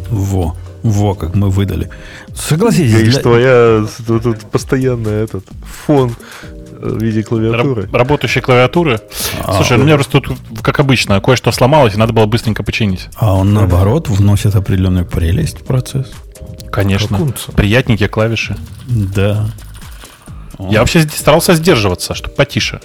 Во, как мы выдали. Согласитесь. Говоришь, твоя тут постоянно этот фон в виде клавиатуры. Работающей клавиатуры. Слушай, у меня просто тут, как обычно, кое-что сломалось, и надо было быстренько починить. А он, наоборот, вносит определенную прелесть в процесс. Конечно. Приятненькие клавиши. Да. Я вообще старался сдерживаться, чтобы потише.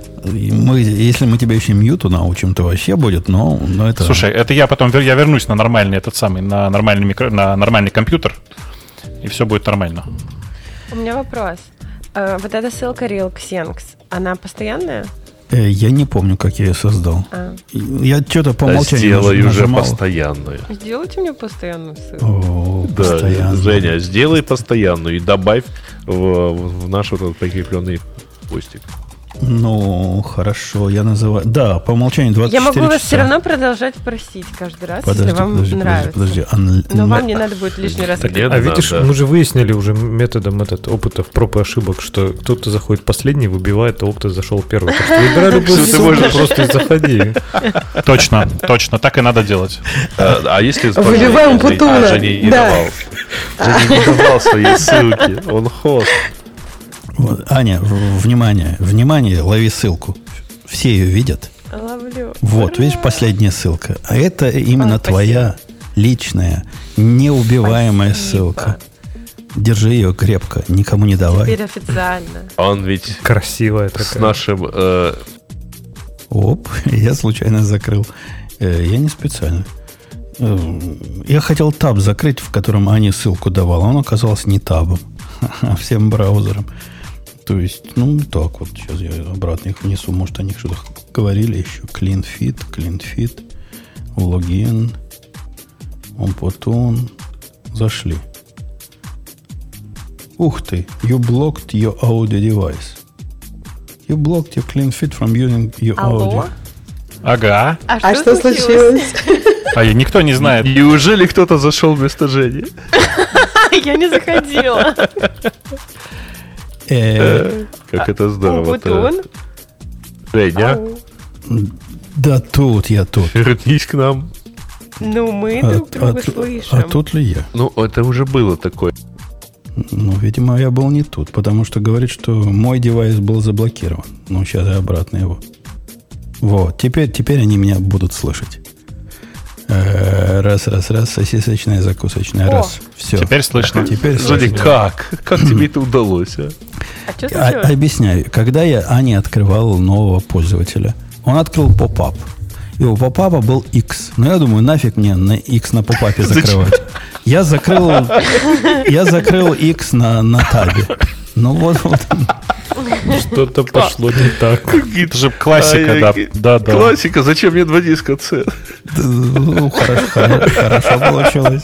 Если мы тебя еще мьюту научим, то вообще будет, но это... Слушай, это я потом вернусь на нормальный на нормальный компьютер, и все будет нормально. У меня вопрос. Вот эта ссылка RealXenx, она постоянная? Я не помню, как я ее создал. Я что-то по умолчанию сделай уже нажимал. постоянную. Сделайте мне постоянную ссылку. Да, постоянно. Женя, сделай постоянную и добавь в наш вот этот прикрепленный постик. Ну, хорошо, я называю... Да, по умолчанию 24 Я могу часа. вас все равно продолжать просить каждый раз, если вам нравится. Подожди. Но вам не надо будет лишний раз. Видишь, мы же выяснили уже методом опытов проб и ошибок, что кто-то заходит последний, выбивает, а кто-то зашел первый. Так что выбирай любую ссылку, просто заходи. Точно, так и надо делать. А если... Выливаем Путуна. Женя не давал. Женя не давал свои ссылки. Он хост. Вот, Аня, внимание, лови ссылку. Все ее видят. Ловлю. Вот, видишь, последняя ссылка. А это именно твоя личная, неубиваемая ссылка. Держи ее крепко, никому не давай. Теперь официально. Он ведь красивая такая. С нашим... Оп, я случайно закрыл. Я не специально. Я хотел таб закрыть, в котором Аня ссылку давала. Он оказался не табом, а всем браузером. То есть, так вот. Сейчас я обратно их внесу. Может, они что-то говорили еще. Clean fit, логин, Умпутун. Зашли. Ух ты. You blocked your audio device. You blocked your clean fit from using your audio. Ага. А что случилось? Никто не знает. Неужели кто-то зашел вместо Жени? Я не заходила. Как это здорово-то. Умпутун. Женя, Да тут. вернись к нам. Мы друг друга слышим. А тут ли я? Это уже было такое. Видимо, я был не тут, потому что говорит, что мой девайс был заблокирован. Сейчас я обратно его. Вот, теперь они меня будут слышать. Раз, сосисочная, закусочная. Раз, все. Теперь слышно. Теперь Женя, слышно. как тебе это удалось, а? А что случилось? Объясняю. Когда я Ане открывал нового пользователя, он открыл поп-ап. И у поп-апа был X. Но я думаю, нафиг мне на X на поп-апе закрывать. Я закрыл X на табе. Вот. Что-то пошло не так. Это же классика, да. Классика, зачем мне 2 диска C? Хорошо получилось.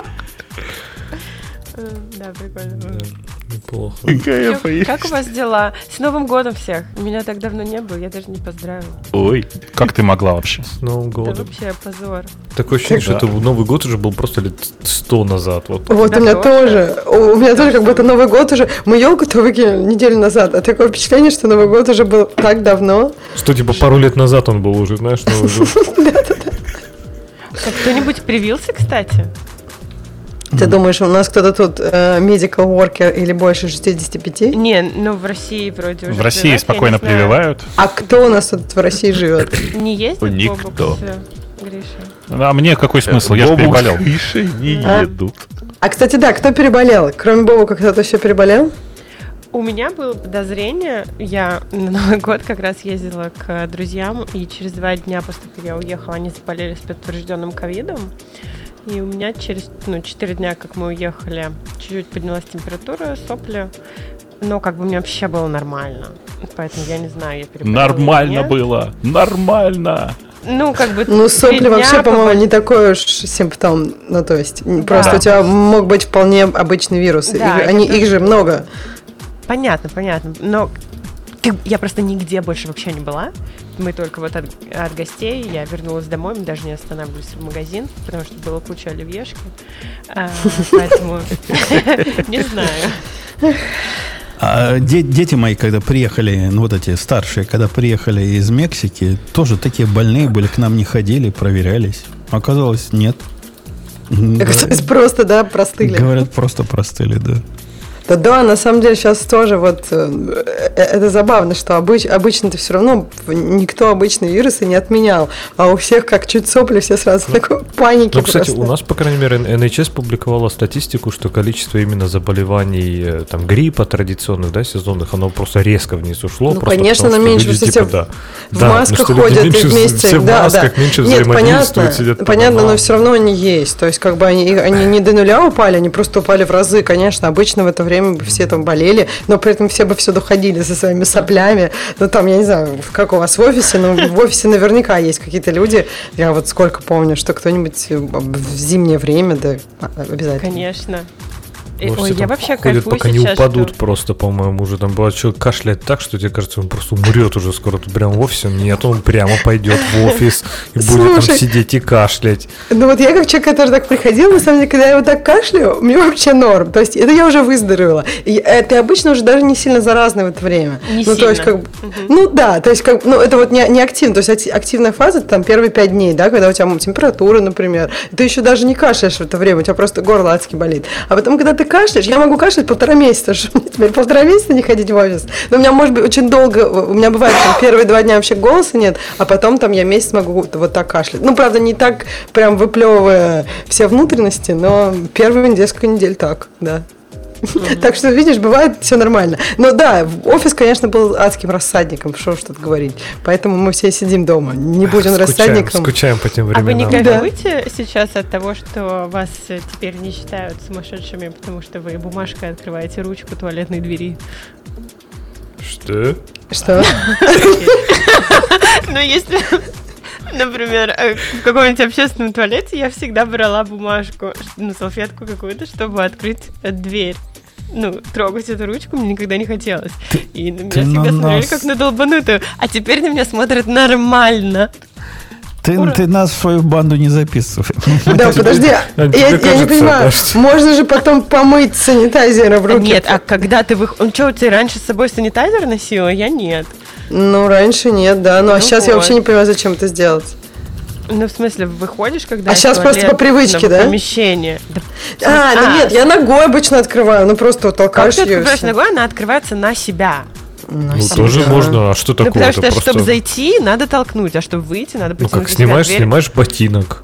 Да, прикольно. Неплохо. Как у вас дела? С Новым годом всех. Меня так давно не было, я даже не поздравила. Ой. Как ты могла вообще? С Новым Да годом. вообще позор. Такое ощущение, что это Новый год уже был просто лет 100 назад. Вот. Вот Да у меня тоже. тоже. У меня тоже как будто Новый год уже. Мы елку-то выкинули неделю назад. А такое впечатление, что Новый год уже был так давно. Что типа пару лет назад он был уже, знаешь, Новый год. Кто-нибудь привился, кстати? Ты думаешь, у нас кто-то тут medical worker или больше 65? Не, в России вроде уже В России прививают, спокойно я не знаю. прививают. А кто у нас тут в России живет? Не ездит Никто. Бобук после Гриши? А мне какой смысл? Я же Бобук переболел. с Гришей не едут. А, кстати, да, кто переболел? Кроме Бобука, кто-то еще переболел? У меня было подозрение, я на Новый год как раз ездила к друзьям, и через 2 дня после того, как я уехала, они заболели с подтвержденным ковидом. И у меня через 4 дня, как мы уехали, чуть-чуть поднялась температура, сопли. Но у меня вообще было нормально. Поэтому я не знаю, я переболела. Нормально было. Нормально. Сопли вообще, по-моему, не такой уж симптом. То есть, просто у тебя мог быть вполне обычный вирус. Да, их же много. Понятно. Но я просто нигде больше вообще не была. Мы только от гостей. Я вернулась домой, мы даже не останавливались в магазин, потому что была куча оливьешки. Поэтому не знаю. А дети мои, когда приехали, эти старшие, когда приехали из Мексики, тоже такие больные были, к нам не ходили, проверялись. Оказалось, нет. То есть просто, да, простыли. Говорят, просто простыли, да. Да, на самом деле сейчас тоже вот это забавно, что обычно-то все равно никто обычные вирусы не отменял, а у всех как чуть сопли, все сразу в такой панике. Ну, кстати, просто. у нас, по крайней мере, NHS публиковала статистику, что количество именно заболеваний там гриппа традиционных, да, сезонных, оно просто резко вниз ушло. Ну, просто конечно, потому, но меньше, люди, все в масках ходят и вместе. Все в масках, меньше взаимодействуют, сидят по понятно, домам. но все равно они есть. То есть, как бы они не до нуля упали, они просто упали в разы. Конечно, обычно в это время бы все там болели, но при этом все бы все доходили со своими соплями. Ну, там, я не знаю, как у вас в офисе, но в офисе наверняка есть какие-то люди, я вот сколько помню, что кто-нибудь в зимнее время, да, обязательно. Конечно. Ну, Ой, все я там вообще ходят, кайфую пока не сейчас, упадут что... просто, по-моему, уже там бывает, человек кашляет так, что тебе кажется, он просто умрет уже скоро. Тут прям в офисе нет, он прямо пойдет в офис и будет там сидеть и кашлять. Ну вот я как человек, который так приходил, на самом деле, когда я вот так кашляю, мне вообще норм. То есть это я уже выздоровела. И это обычно уже даже не сильно заразно в это время. Не ну, сильно. То есть, как, ну да, то есть как, ну это вот не активно. То есть активная фаза это там первые 5 дней, да, когда у тебя температура, например. Ты еще даже не кашляешь в это время, у тебя просто горло адски болит. А потом, когда ты кашляешь, я могу кашлять 1,5 месяца, что мне теперь 1,5 месяца не ходить в офис. Но у меня, может быть, очень долго, у меня бывает, там, первые 2 дня вообще голоса нет, а потом там я месяц могу вот так кашлять. Ну, правда, не так прям выплевывая все внутренности, но первые несколько недель так, да. Так что, видишь, бывает все нормально. Но да, офис, конечно, был адским рассадником, что уж тут говорить. Поэтому мы все сидим дома. Не будь он рассадником. Скучаем по тем А вы не временам. кайфуете сейчас от того, что вас теперь не считают сумасшедшими, потому что вы бумажкой открываете ручку туалетной двери? Что? Что? Ну, если... Например, в каком-нибудь общественном туалете я всегда брала бумажку, салфетку какую-то, чтобы открыть дверь. Ну, трогать эту ручку мне никогда не хотелось. И на меня всегда смотрели как на долбанутую. А теперь на меня смотрят нормально. Ты нас в свою банду не записывай. Да, подожди, я не понимаю, можно же потом помыть санитайзером в руки. Нет, а когда ты выходишь... Что, ты раньше с собой санитайзер носила? Я нет. Ну, раньше нет, да. Ну, а сейчас я вот. вообще не понимаю, зачем это сделать. Ну, в смысле, выходишь, когда... А сейчас просто по привычке, да? Помещение. Ну нет, я ногой обычно открываю, ну просто вот толкаешь Как ты ее. открываешь ногой, она открывается на себя. Ну, тоже можно. А что Ну, такое? потому что, чтобы зайти, надо толкнуть, а чтобы выйти, надо Ну, потянуть как на себя дверь. снимаешь ботинок.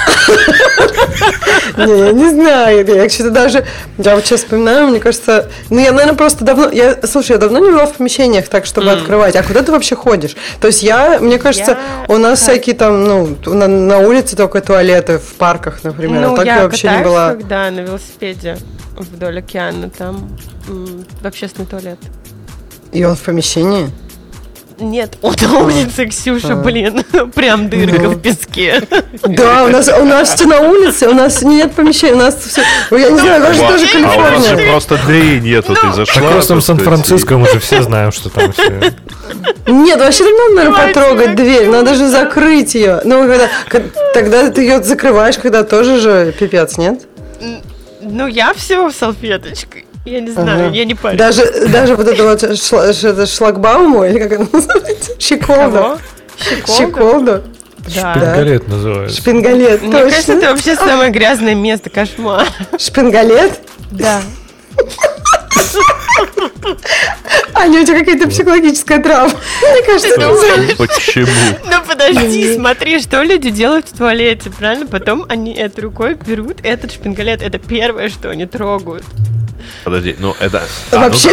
Не, я не знаю. Я что-то даже... Я вот сейчас вспоминаю, мне кажется... Ну, я, наверное, просто давно... Слушай, я давно не была в помещениях так, чтобы открывать. А куда ты вообще ходишь? То есть мне кажется, у нас всякие там, ну, на улице только туалеты, в парках, например. Ну, а так я я вообще не катаюсь, была... когда на велосипеде вдоль океана, там общественный туалет. И он в помещении? Нет, он на улице, Ксюша, блин, прям дырка в песке. Да, у нас все на улице, у нас нет помещения, у нас все... Я не знаю, даже тоже А у вас же Калифорния. просто дверей нету, ты зашла. Так просто в так сказать, Сан-Франциско мы же все знаем, что там все. Нет, вообще не надо, наверное, потрогать дверь, надо же закрыть ее. Ну, тогда ты ее закрываешь, когда тоже же пипец, нет? Ну, я все салфеточкой. Я не знаю, Ага. я не парюсь. Даже вот это вот шлагбауму, или как это называется? Щеколду. Кого? Щеколду. Да. Шпингалет называется. Шпингалет, Мне кажется, точно. это вообще самое грязное место, кошмар. Шпингалет? Да. Аня, у тебя какая-то психологическая травма. Мне кажется, Почему? Ну подожди, смотри, что люди делают в туалете, правильно? Потом они этой рукой берут этот шпингалет. Это первое, что они трогают. Подожди, ну это... Вообще,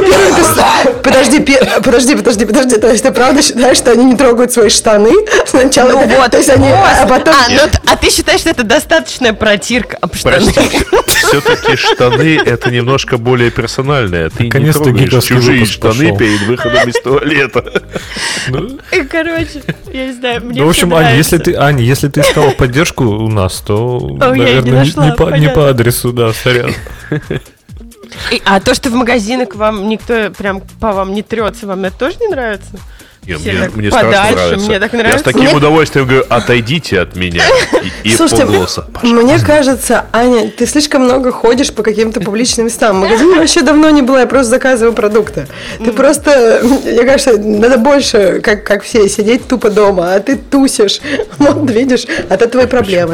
подожди. То есть ты правда считаешь, что они не трогают свои штаны сначала? Ну вот, то есть они, а потом... А ты считаешь, что это достаточная протирка об штаны? Все-таки штаны это немножко более персональное. Ты не Наконец-то трогаешь гиковский чужие выпуск штаны пошел. перед выходом из туалета. Короче, я не знаю, мне Ну, в общем, всё нравится. Аня, если ты искала поддержку у нас, то, я не наверное, нашла, не по понятно. адресу, да, сорян. А то, что в магазины к вам никто прям по вам не трется, вам это тоже не нравится? Не, Все мне, так мне страшно подальше, нравится. мне так Я с нравится. таким Нет? удовольствием говорю, отойдите от меня. И Слушайте, полголоса. мне кажется, Аня, ты слишком много ходишь по каким-то публичным местам. В магазине вообще давно не была, я просто заказываю продукты. Ты просто, мне кажется, надо больше, как все, сидеть тупо дома, а ты тусишь. Вот, видишь, это твои проблемы.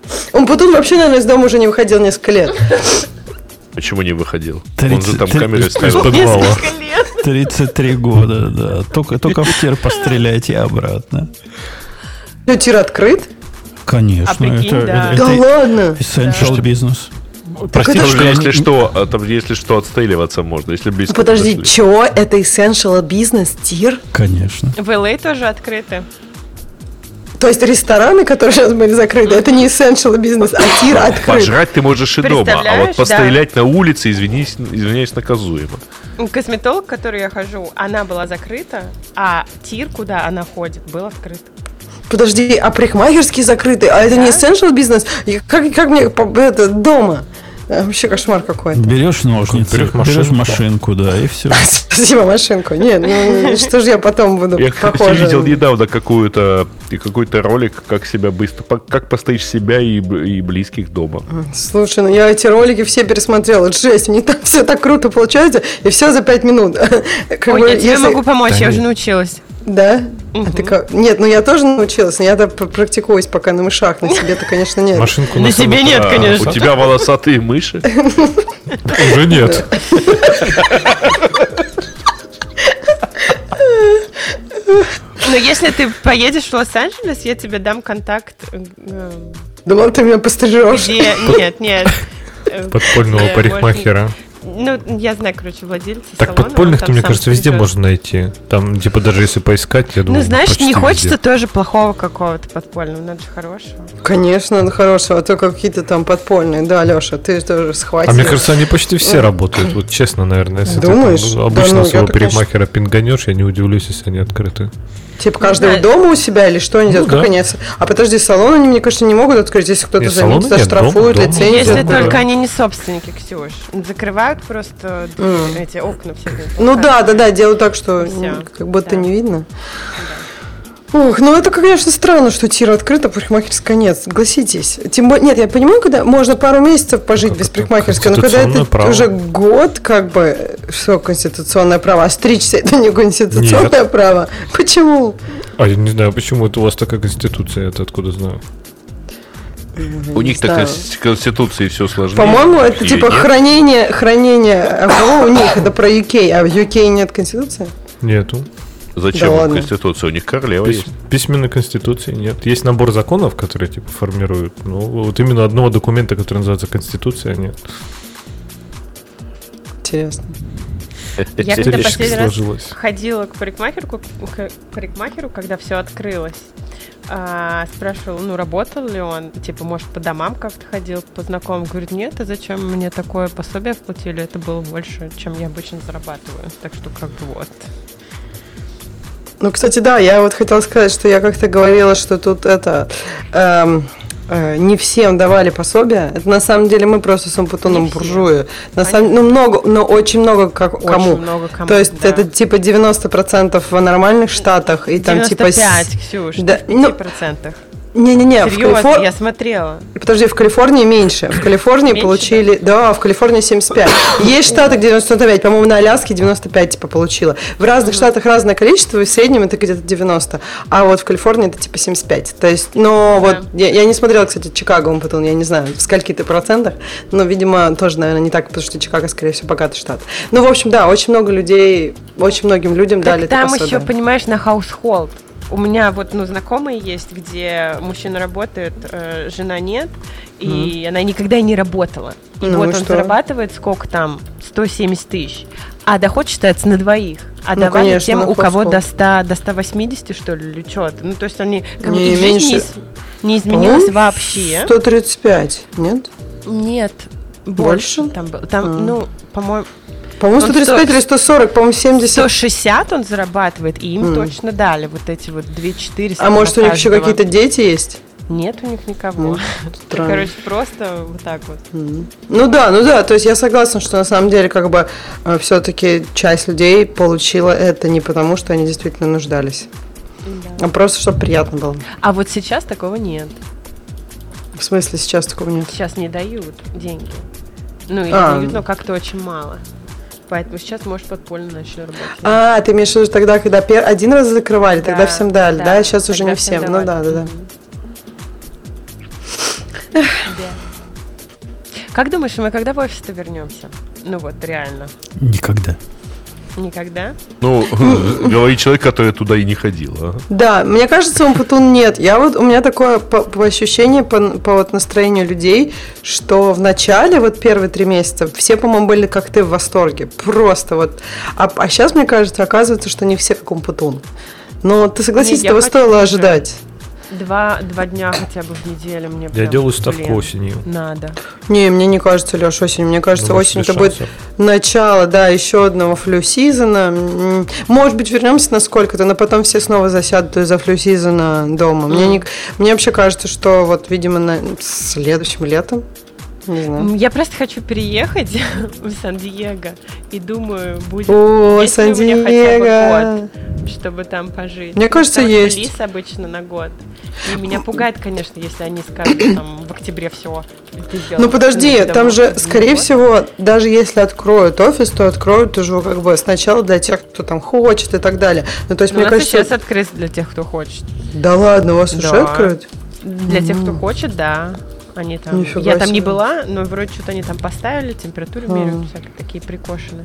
Умпутун вообще, наверное, из дома уже не выходил несколько лет. Почему не выходил? 30, Он же там камеры из ставил. подвала. 33 года, да. Только в тир постреляйте обратно. Ну, тир открыт? Конечно. А прикинь, да. Да ладно. Essential business. Простите, это что Там, я если что, отстреливаться можно, если близко Подожди, подошли. чё? Это essential бизнес, тир? Конечно. В LA тоже открыты. То есть рестораны, которые сейчас были закрыты, это не essential бизнес, а тир открыт. Пожрать ты можешь и дома, а Представляешь, вот пострелять на улице, извиняюсь, наказуемо. Косметолог, к которой я хожу, она была закрыта, а тир, куда она ходит, был открыт. Подожди, а парикмахерские закрыты? А это не essential бизнес? И как мне это дома? Вообще кошмар какой-то. Берешь ножницы, Берешь берешь машинку. машинку, да, и все. Спасибо, машинку. Нет, ну что же я потом буду Я, кстати, похожа? видел недавно какой-то ролик, как себя быстро, как постричь себя и близких дома. Слушай, ну я эти ролики все пересмотрела. Жесть, у них там все так круто получается, и все за 5 минут. Как Ой, бы, я тебе если- могу помочь, я уже научилась. Да? А ты как? Нет, ну я тоже научилась, но я-то практикуюсь пока на мышах, на себе-то, конечно, нет. Машинку На себе самокат. нет, конечно. У тебя волосатые мыши? Уже нет. Но если ты поедешь в Лос-Анджелес, я тебе дам контакт, Думала, ты меня пострижешь. где... Нет. Подпольного где парикмахера. можно- Ну, я знаю, короче, владельца Так салона. подпольных-то, он там мне сам кажется, везде стрижет. можно найти. Там, типа, даже если поискать, я думаю, Ну, знаешь, почти не везде. хочется тоже плохого какого-то подпольного, надо же хорошего. Конечно, ну хорошего, а то какие-то там подпольные. Да, Леша, ты тоже схватил. А мне кажется, они почти все работают. Вот честно, наверное. Если Думаешь? ты там Да обычно ну, своего я-то, конечно. парикмахера пинганешь, я не удивлюсь, если они открыты. Типа каждого знаю. дома у себя или что они делают? Ну, Как да. они? А подожди, салон они, мне кажется, не могут открыть, если кто-то Нет, заметит, салона нет, штрафуют, дома. лицензию. Если да. только они не собственники, Ксюш. Закрывают просто эти окна все. Ну да, делают так, что Всё. как будто Да. не видно. Ух, ну это, конечно, странно, что тир открыт, а парикмахерская нет, согласитесь. Тем более, нет, я понимаю, когда можно пару месяцев пожить Как без это? парикмахерской, но когда Конституционное это право. уже год, как бы, что конституционное право, а стричься это не конституционное право. Почему? А я не знаю, почему это у вас такая конституция, это откуда знаю. У них так знаю. с конституцией все сложнее. По-моему, это Или типа нет? хранение, а кого у них, это про UK, а в UK нет конституции? Нету. Зачем Да им ладно. конституция? У них королева есть. Письменной конституции нет. Есть набор законов, которые типа формируют. Ну, вот именно одного документа, который называется конституция, нет. Интересно. Я когда Исторически последний раз сложилось. ходила к парикмахеру, когда все открылось, спрашивала, ну, работал ли он, типа, может, по домам как-то ходил, по знакомым. Говорит, нет, а зачем мне такое пособие вплатили? Это было больше, чем я обычно зарабатываю. Так что, как бы, вот. Ну, кстати, да, я вот хотела сказать, что я как-то говорила, что тут это не всем давали пособия. Это на самом деле мы просто с Умпутуном Не все. буржуи. На самом, ну, много, но очень много кому. Очень много кому, То есть да. это типа 90% в нормальных штатах и там типа... 95, Ксюш, Да, в ну, 5%. Не-не-не, в Серьезно, Калифорнии... я смотрела. Подожди, в Калифорнии меньше. В Калифорнии Меньше, получили... Да, в Калифорнии 75. Есть штаты, где 95. По-моему, на Аляске 95 типа получила. В разных штатах разное количество, и в среднем это где-то 90. А вот в Калифорнии это типа 75. То есть, но вот... Я не смотрела, кстати, Чикаго, потом, я не знаю, в скольки-то процентах. Но, видимо, тоже, наверное, не так, потому что Чикаго, скорее всего, богатый штат. Ну, в общем, да, очень много людей, очень многим людям дали Так там это пособие. еще, понимаешь, на household. У меня вот, ну, знакомые есть, где мужчина работает, жена нет, и она никогда не работала. И Ну вот и он что? зарабатывает сколько там? 170 тысяч. А доход считается на двоих. А Ну, давали конечно, тем, на у кого household. до 180, что ли, или что-то. Ну, то есть они как бы Не, их жизнь меньше. не изменилась По-моему, вообще. 135, нет? Нет, Больше? больше там было. Там, ну, по-моему, По-моему, Он 135 100 или 140, по-моему, 70. 160 он зарабатывает, и им точно дали вот эти вот 2400. А может, у них еще каждого. какие-то дети есть? Нет у них никого. Странно. Короче, просто вот так вот. Ну да, то есть я согласна, что на самом деле как бы все-таки часть людей получила это не потому, что они действительно нуждались, а просто, чтобы приятно было. А вот сейчас такого нет. В смысле, сейчас такого нет? Сейчас не дают деньги. Ну, или А. дают, но как-то очень мало. Поэтому сейчас, может, подпольно начали работать. А, ты имеешь в виду тогда, когда один раз закрывали, тогда всем дали, да? Сейчас уже тогда не всем. Ну давали. да. Мгм. Да. Как думаешь, мы когда в офис-то вернемся? Ну вот, реально. Никогда. Никогда? Ну, говорит человек, который туда и не ходил. А? Да, мне кажется, Умпутун нет. У меня такое по ощущению, по вот настроению людей, что в начале, вот первые 3 месяца, все, по-моему, были как ты в восторге. Просто вот. А сейчас, мне кажется, оказывается, что не все как Умпутун. Но ты согласись, этого стоило ожидать. 2 дня хотя бы в неделю мне Я прям, делаю ставку осенью. надо. Не, мне не кажется, Леш, осенью. Мне кажется, осень это будет начало, да, еще одного флю-сизона. Может быть, вернемся на сколько-то, но потом все снова засядут из-за флю-сизона дома. Мне вообще кажется, что вот, видимо, следующим летом. Не знаю. Я просто хочу переехать в Сан-Диего и думаю, будет есть ли у меня хотя бы год, чтобы там пожить. Мне кажется, потому есть. Что лис обычно на год. И меня пугает, конечно, если они скажут там в октябре все. Ну подожди, там же, скорее всего, даже если откроют офис, то откроют уже как бы сначала для тех, кто там хочет и так далее. Ну то есть, мне кажется, сейчас открыт для тех, кто хочет. Да ладно, у вас уже открыт? Для тех, кто хочет, да. Они там. Я там не была, но вроде что-то они там поставили, температуру меряют, всякие такие прикошены.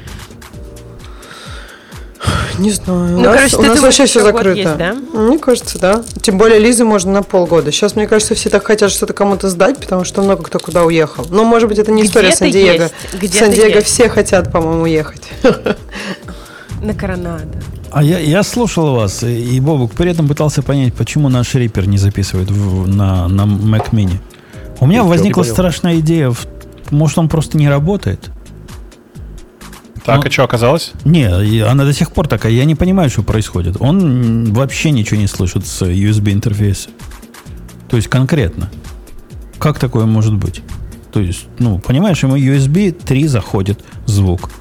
Не знаю. Ну, у нас вообще все закрыто. Есть, да? Мне кажется, да. Тем более Лизы можно на полгода. Сейчас, мне кажется, все так хотят что-то кому-то сдать, потому что много кто куда уехал. Но, может быть, это не история Сан-Диего. В Сан-Диего все хотят, по-моему, уехать. На Коронадо. А я слушал вас, и Бобук при этом пытался понять, почему наш Reaper не записывает на Mac Mini. У меня возникла страшная идея, может, он просто не работает? Так, и что оказалось? Не, она до сих пор такая, я не понимаю, что происходит. Он вообще ничего не слышит с USB-интерфейса. То есть конкретно. Как такое может быть? То есть, понимаешь, ему USB 3 заходит звук.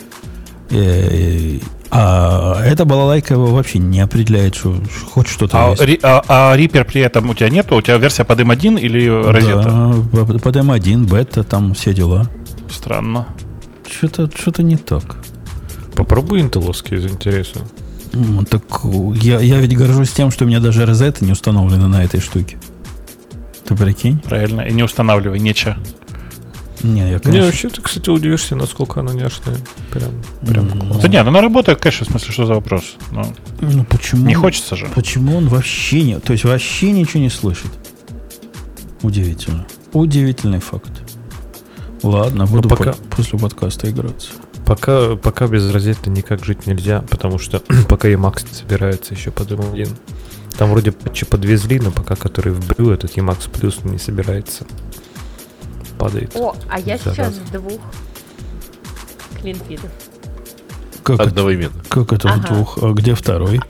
А эта балалайка его вообще не определяет, что хоть что-то есть. А Reaper при этом у тебя нету? У тебя версия под M1 или Rosetta? Да, под M1, бета, там все дела. Странно. Что-то не так. Попробуй интеловский из интереса. Так я ведь горжусь тем, что у меня даже Rosetta не установлена на этой штуке. Ты прикинь? Правильно, и не устанавливай, нечего. Не, я, конечно... вообще, ты, кстати, удивишься, насколько она няшная. Прям классно. Да нет, она работает, конечно, в смысле, что за вопрос? Ну почему? Не хочется же. Почему он вообще не... То есть вообще ничего не слышит? Удивительно. Удивительный факт. Ладно, буду после подкаста играться. Пока без розетки никак жить нельзя, потому что пока Emacs не собирается еще под M1. Там вроде патчи подвезли, но пока который в Брю, этот Emacs Plus не собирается. Падает. О, а я сейчас в 2 клинфидах. Одновременно. Как это в 2? А где второй?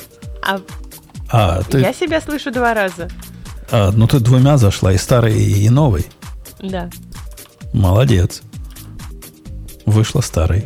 Я себя слышу 2 раза. Ты 2 зашла, и старый, и новый. Да. Молодец. Вышла старый.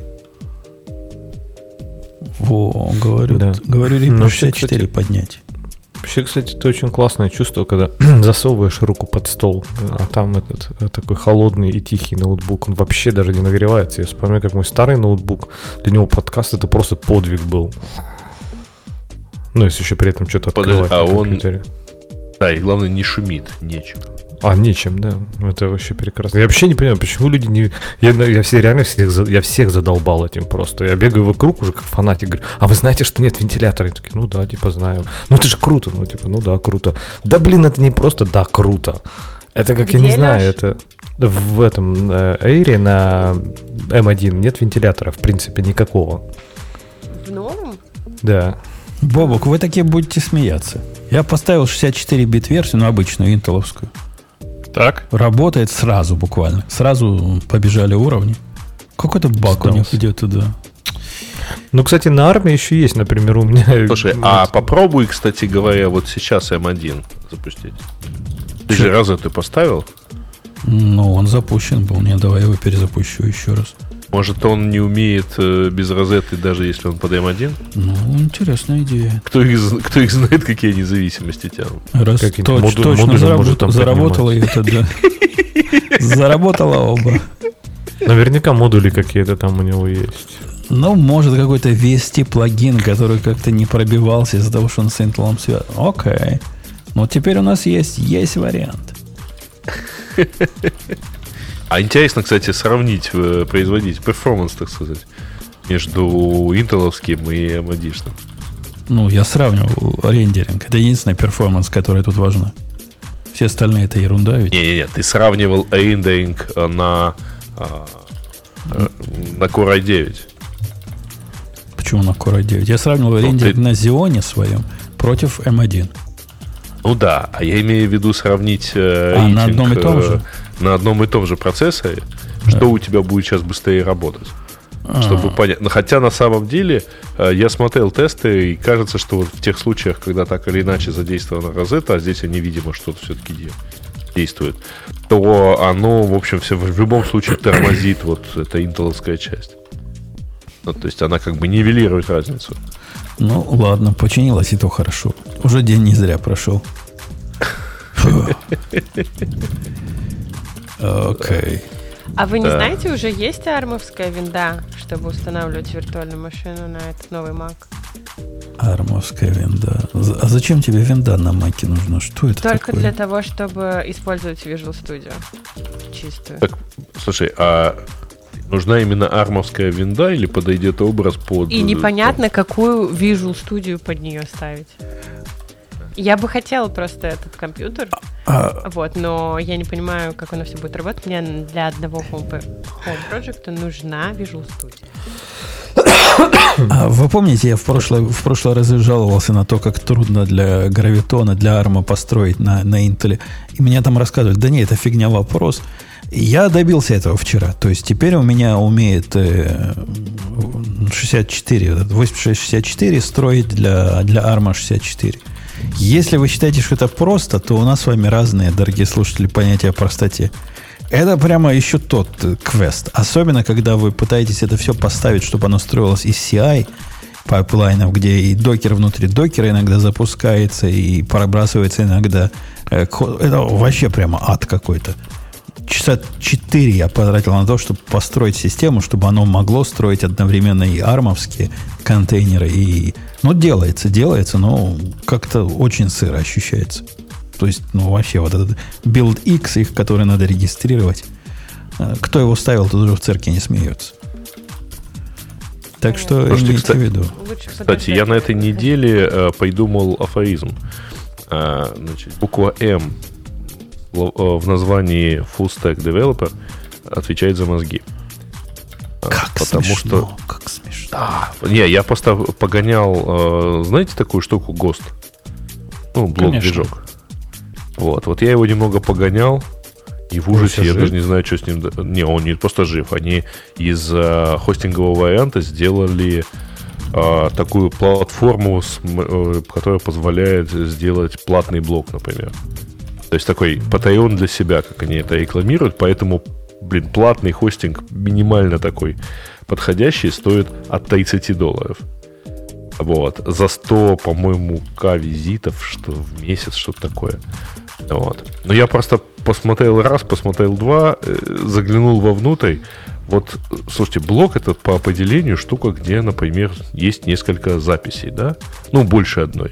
Говорю, Reaper 64 поднять. Вообще, кстати, это очень классное чувство, когда засовываешь руку под стол, а там этот такой холодный и тихий ноутбук, он вообще даже не нагревается. Я вспоминаю, как мой старый ноутбук, для него подкаст это просто подвиг был. Ну, если еще при этом что-то открывать на компьютере. Да, и главное, не шумит, нечем. Нечем, да. Это вообще прекрасно. Я вообще не понимаю, почему люди не... Я всех задолбал этим просто. Я бегаю вокруг уже как фанатик. Говорю, а вы знаете, что нет вентилятора? И такие, да, знаю. Это же круто. Да, круто. Да, блин, это не просто да, круто. Это как, я не знаю, это... В этом Air на M1 нет вентилятора, в принципе, никакого. В новом? Да. Бобок, вы такие будете смеяться. Я поставил 64-бит версию, обычную, интеловскую. Так. Работает сразу буквально. Сразу побежали уровни. Какой-то баг у них где-то, да. Кстати, на армии еще есть, например, у меня... Слушай, попробуй, кстати говоря, вот сейчас M1 запустить. Ты же Rosetta поставил? Он запущен был. Давай я его перезапущу еще раз. Может, он не умеет без розетки, даже если он под M1? Интересная идея. Кто их знает, какие они зависимости тянут? Раз точно заработало это, да. Заработало оба. Наверняка модули какие-то там у него есть. Может какой-то VST плагин, который как-то не пробивался из-за того, что он с Intel связан. Окей. Теперь у нас есть вариант. А интересно, кстати, сравнить, производить перформанс, так сказать, между интеловским и AMD-шным. Ну, я сравнивал рендеринг. Это единственный перформанс, который тут важен. Все остальные это ерунда ведь. Не, ты сравнивал рендеринг на Core i9. Почему на Core i9? Я сравнивал рендеринг на Xeon своем против M1. Ну да, а я имею в виду сравнить рейтинг на одном и том же? На одном и том же процессоре, что у тебя будет сейчас быстрее работать. Чтобы понять. Но хотя на самом деле я смотрел тесты, и кажется, что вот в тех случаях, когда так или иначе задействована Rosetta, а здесь они, видимо, что-то все-таки действует, то оно, в общем, все в любом случае тормозит вот эта интеловская часть. Ну, то есть она как бы нивелирует разницу. Ну, ладно, починилось, и то хорошо. Уже день не зря прошел. Окей. А вы не знаете, уже есть армовская винда, чтобы устанавливать виртуальную машину на этот новый Mac? Армовская винда. А зачем тебе винда на Маке нужна? Что это Только такое? для того, чтобы использовать Visual Studio чистую. Так, слушай, а нужна именно армовская винда или подойдет образ под... И непонятно, какую Visual Studio под нее ставить. Я бы хотела просто этот компьютер, вот, но я не понимаю, как оно все будет работать. Мне для одного Home Project нужна Visual Studio. Вы помните, я в прошлый раз жаловался на то, как трудно для Гравитона, для ARM построить на Intel. И мне там рассказывают, да нет, это фигня вопрос. Я добился этого вчера. То есть теперь у меня умеет 8664 строить для ARM 64. Если вы считаете, что это просто, то у нас с вами разные, дорогие слушатели, понятия о простоте. Это прямо еще тот квест. Особенно, когда вы пытаетесь это все поставить, чтобы оно строилось из CI пайплайнов, где и докер внутри докера иногда запускается и пробрасывается иногда. Это вообще прямо ад какой-то. Часа 4 я потратил на то, чтобы построить систему, чтобы оно могло строить одновременно и армовские контейнеры, и... Ну, делается, но как-то очень сыро ощущается. То есть, ну, вообще, вот этот build X, их, который надо регистрировать, кто его ставил, тот уже в церкви не смеется. Так что имейте в виду. Кстати, я на этой неделе придумал афоризм. Значит, буква М в названии Full Stack Developer отвечает за мозги. Как потому смешно, что... как смешно. Не, я просто погонял, знаете такую штуку Ghost? Ну, блок-движок. Вот я его немного погонял, и в ужасе я даже не знаю, что с ним... Не, он не просто жив. Они из хостингового варианта сделали такую платформу, которая позволяет сделать платный блок, например. То есть такой Patreon для себя, как они это рекламируют, поэтому, платный хостинг минимально такой подходящий стоит от $30. Вот. За 100, по-моему, визитов, что в месяц, что-то такое. Вот. Но я просто посмотрел раз, посмотрел два, заглянул вовнутрь. Вот, слушайте, блок — это по определению штука, где, например, есть несколько записей, да? Ну, больше одной.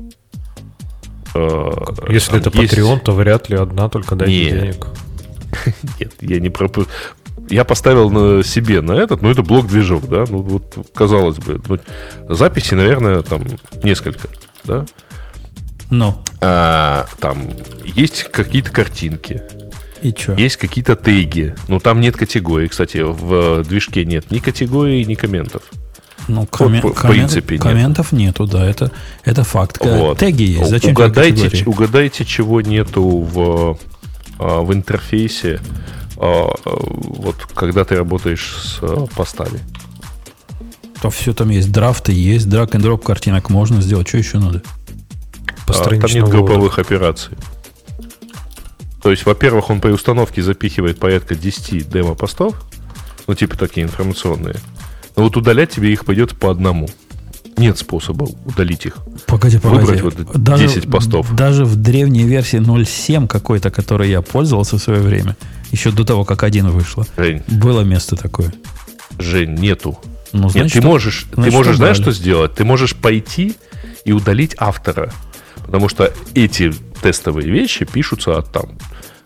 Если это Patreon, то вряд ли одна, только дайте денег. Нет, я не пропустил. Я поставил на себе на этот, но это блок-движок, да? Ну, вот, казалось бы. Записи, наверное, там несколько, да? Ну. Там есть какие-то картинки. И что? Есть какие-то теги. Но там нет категорий. Кстати, в движке нет ни категорий, ни комментов. Ну, в принципе, комментов нету, да, это факт. Вот. Теги есть. Зачем угадайте, чего нету в интерфейсе, вот когда ты работаешь с постами. То все там есть, драфты есть, драг-н-дроп картинок можно сделать. Что еще надо? Там нет групповых операций. То есть, во-первых, он при установке запихивает порядка 10 демо-постов, ну, типа такие информационные. Но вот удалять тебе их пойдет по одному. Нет способа удалить их. Погоди. Выбрать вот 10 постов. Даже в древней версии 0.7 какой-то, которой я пользовался в свое время, еще до того, как 1 вышло, Жень, было место такое. Жень, нету. Ну, значит, нет, ты можешь, знаешь, что сделать? Ты можешь пойти и удалить автора. Потому что эти тестовые вещи пишутся от там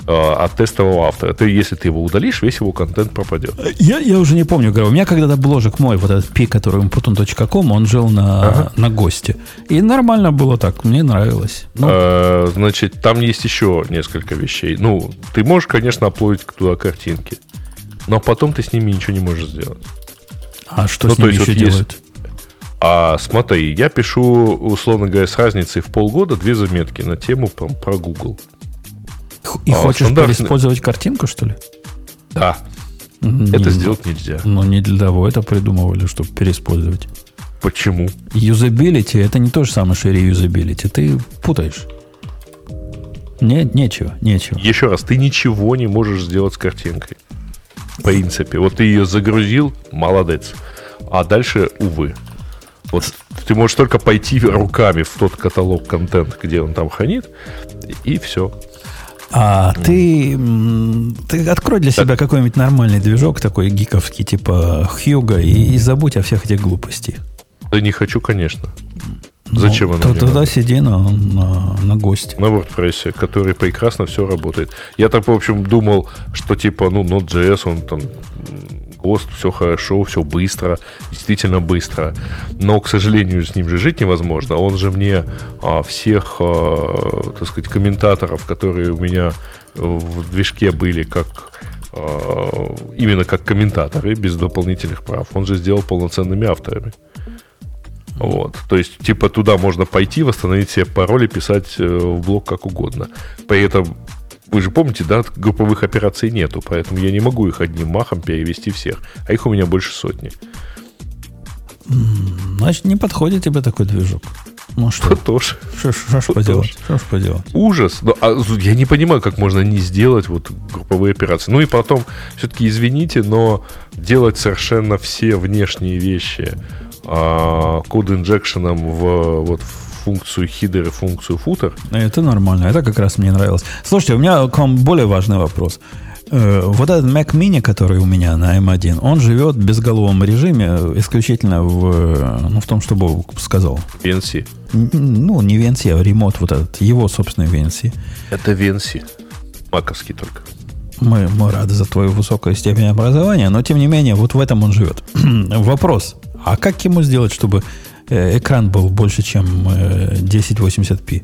от тестового автора. Если ты его удалишь, весь его контент пропадет. Я уже не помню, говорю, у меня когда-то бложек мой, вот этот пик, который Umputun.com, он жил на госте. И нормально было так, мне нравилось. Значит, там есть еще несколько вещей. Ну, ты можешь, конечно, аплодить туда картинки, но потом ты с ними ничего не можешь сделать. А что с ними еще делают? Смотри, я пишу, условно говоря, с разницей в полгода 2 заметки на тему про Google. И хочешь переиспользовать картинку, что ли? Да. Это сделать нельзя. Ну, не для того это придумывали, чтобы переиспользовать. Почему? Юзабилити — это не то же самое, что реюзабилити. Ты путаешь. Нет, нечего. Еще раз, ты ничего не можешь сделать с картинкой. В принципе. Вот ты ее загрузил, молодец. А дальше, увы. Вот ты можешь только пойти руками в тот каталог контента, где он там хранит, и все. А ты открой для себя какой-нибудь нормальный движок, такой гиковский, типа Хьюга, и забудь о всех этих глупостях. Да не хочу, конечно. Зачем оно? Тогда сиди на гости. На WordPress, который прекрасно все работает. Я так, в общем, думал, что типа, Node.js, он там Ghost, все хорошо, все быстро, действительно быстро. Но, к сожалению, с ним же жить невозможно. Он же мне всех, так сказать, комментаторов, которые у меня в движке были именно как комментаторы, без дополнительных прав, он же сделал полноценными авторами. Вот. То есть, типа, туда можно пойти, восстановить себе пароль и писать в блог как угодно. При этом, вы же помните, да, групповых операций нету, поэтому я не могу их одним махом перевести всех. А их у меня больше 100. Значит, не подходит тебе такой движок. Ну что? Тоже. Что ж поделать? Ужас. Я не понимаю, как можно не сделать вот групповые операции. Ну и потом, все-таки извините, но делать совершенно все внешние вещи код-инжекшеном в функцию header и функцию footer. Это нормально, это как раз мне нравилось. Слушайте, у меня к вам более важный вопрос. Вот этот Mac Mini, который у меня на M1, он живет в безголовом режиме исключительно в том, что Бог сказал. VNC. Ну, не VNC, а ремонт вот этот, его собственный VNC. Это VNC. Маковский только. Мы рады за твою высокую степень образования, но тем не менее, вот в этом он живет. Вопрос. А как ему сделать, чтобы экран был больше, чем 1080p?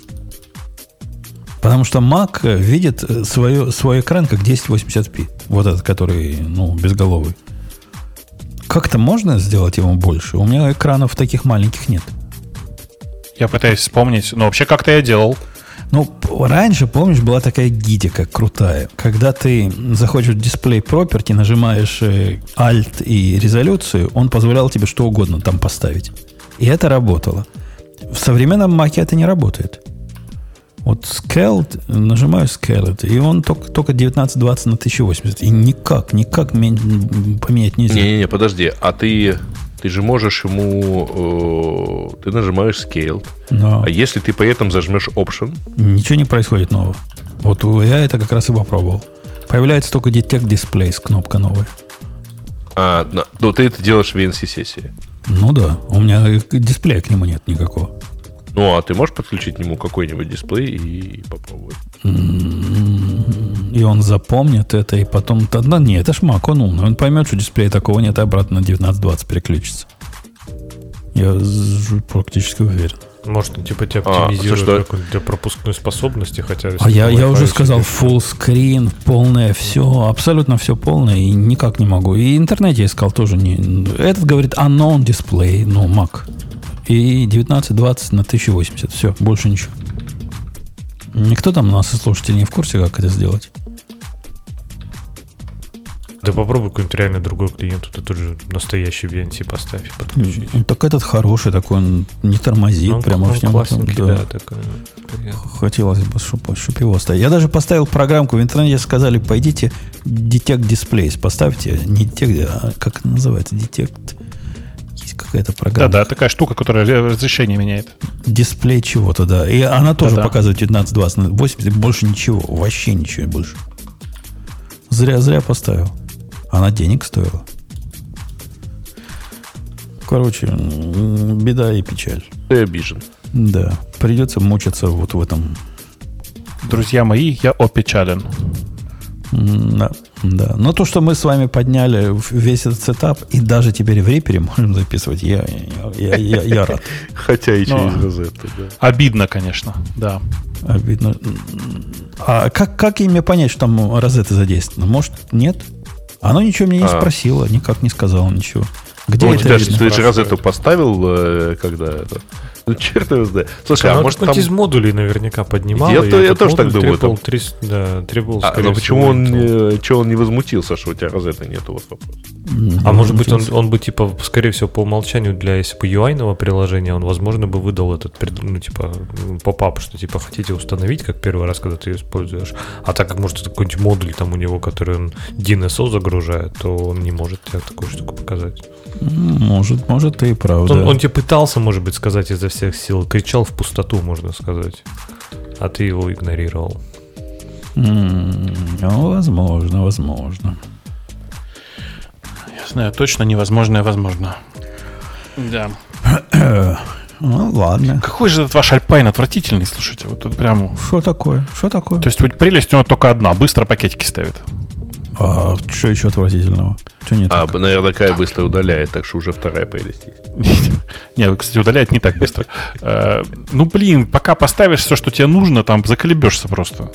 Потому что Mac видит свой экран как 1080p. Вот этот, который, безголовый. Как-то можно сделать ему больше? У меня экранов таких маленьких нет. Я пытаюсь вспомнить. Вообще как-то я делал. Раньше, помнишь, была такая гидика крутая. Когда ты заходишь в Display Property, нажимаешь Alt и резолюцию, он позволял тебе что угодно там поставить. И это работало. В современном Mac это не работает. Вот Scaled, нажимаю Scaled, и он только 1920 на 1080. И никак поменять нельзя. Не, подожди. А ты же можешь ему... ты нажимаешь Scaled. Но. А если ты при этом зажмешь Option? Ничего не происходит нового. Вот я это как раз и попробовал. Появляется только Detect Displays, кнопка новая. Но ты это делаешь в VNC-сессии. Ну да, у меня дисплея к нему нет никакого. А ты можешь подключить к нему какой-нибудь дисплей и попробовать? И он запомнит это, и потом... Да нет, это ж Mac, он умный. Он поймет, что дисплея такого нет, и обратно на 1920 переключится. Я практически уверен. Может, он типа тебя оптимизирует для пропускной способности, хотя... Я уже сказал, full screen, полное все, абсолютно все полное, и никак не могу. И в интернете искал тоже не... Этот говорит unknown display, Mac. И 1920 на 1080. Все, больше ничего. Никто там у нас из слушателей не в курсе, как это сделать. Да попробуй какой-нибудь реально другой клиент. Ты тут же настоящий VNC поставь и подключись. Так этот хороший, такой он не тормозит. Он прямо в нем. Классненький, да, такой. Хотелось бы, чтобы его ставить. Я даже поставил программку в интернете, сказали, пойдите Detect Displays поставьте. Не Detect, а как это называется? Detect... Какая-то программа. Да, такая штука, которая разрешение меняет. Дисплей чего-то, да. И она тоже показывает 1920 на 80, больше ничего. Вообще ничего больше. Зря поставил. Она денег стоила. Короче, беда и печаль. Ты обижен. Да. Придется мучиться вот в этом Друзья мои, я опечален. Да. Но то, что мы с вами подняли весь этот сетап, и даже теперь в Reaper можем записывать, я рад. Хотя и через Розетту, да. Обидно, конечно, да. Обидно. А как ими понять, что там Розетта задействована? Может, нет? Оно ничего мне не спросило, никак не сказало ничего. Где это видно? Ты же Розетту поставил, когда это... Ну, черт его знает. Слушай, а может там... из модулей наверняка поднимал. Я тоже так думаю. Требовал, но почему он не возмутился, что у тебя Розетты нету? Вот вопрос. А может быть, он бы, типа, скорее всего, по умолчанию для, если бы UI-ного приложения, он, возможно, бы выдал этот, ну, типа, поп-ап, что, типа, хотите установить, как первый раз, когда ты ее используешь. А так как, может, это какой-нибудь модуль там у него, который он DNSO загружает, то он не может тебе такую штуку показать. Может, и правда. Он тебе пытался, может быть, сказать изо всех сил, кричал в пустоту, можно сказать. А ты его игнорировал. Возможно. Я знаю, точно невозможное возможно. Да. Ну, ладно. Какой же этот ваш Alpine отвратительный, слушайте. Вот тут прям... Что такое? То есть вот прелесть у него только одна. Быстро пакетики ставит. А что еще отвратительного? Что не так? Наверное, такая быстро удаляет, так что уже вторая прелесть есть. Нет, кстати, удаляет не так быстро. Пока поставишь все, что тебе нужно, там заколебешься просто.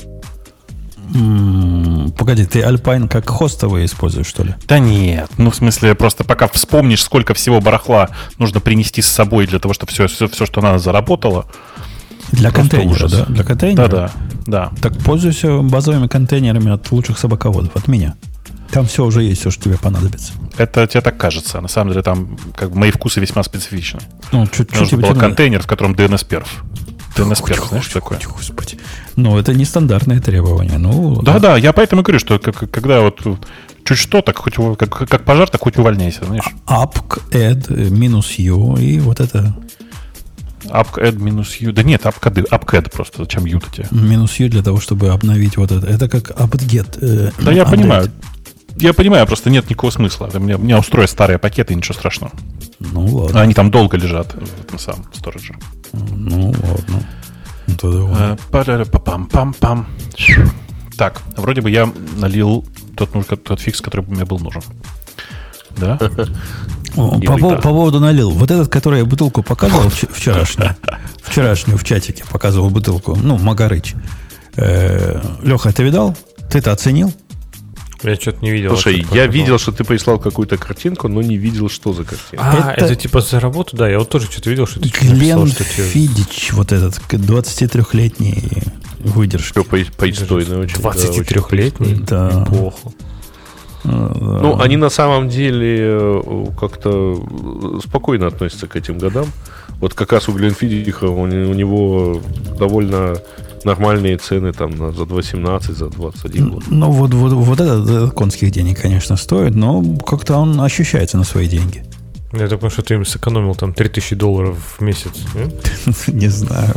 Погоди, ты Alpine как хостовый используешь, что ли? Да нет, в смысле, просто пока вспомнишь, сколько всего барахла нужно принести с собой для того, чтобы все, что надо, заработало. Для контейнера, да? Для контейнера? Да. Так пользуйся базовыми контейнерами от лучших собаководов, от меня. Там все уже есть, все, что тебе понадобится. Это тебе так кажется. На самом деле там как бы мои вкусы весьма специфичны. Нужно был контейнер, в котором DNS-перф. DNS-перф, знаешь, что такое? Господи. Это нестандартное требование. Да, я поэтому говорю, что когда вот чуть что, так хоть как пожар, так хоть увольняйся, знаешь. App-add -u и вот это... App-add -u. Да нет, app-add просто. Зачем u-то тебе? -u для того, чтобы обновить вот это. Это как apt-get. Да, я понимаю. Я понимаю, просто нет никакого смысла. Меня устроят старые пакеты, ничего страшного. Ну, ладно. Они там долго лежат в этом самом сторидже. Ну, ладно. Пам-пам-пам. Так, вроде бы я налил тот фикс, который мне был нужен. Да? По поводу налил. Вот этот, который я бутылку показывал вчерашнюю в чатике показывал бутылку, Магарыч. Леха, ты видал? Ты-то оценил? Я что-то не видел. Слушай, я видел, что ты прислал какую-то картинку, но не видел, что за картинка. Это типа за работу? Да, я вот тоже что-то видел, что ты что-то написал, что Фидич, вот этот 23-летний выдержки. Поистойный очень. 23-летний? Да. Неплохо. Они на самом деле как-то спокойно относятся к этим годам. Вот как раз у Гленфидиха у него довольно нормальные цены там за 2.17, за 21 год. Вот это конских денег, конечно, стоит, но как-то он ощущается на свои деньги. Я думаю, что ты им сэкономил там $3000 в месяц. Не знаю.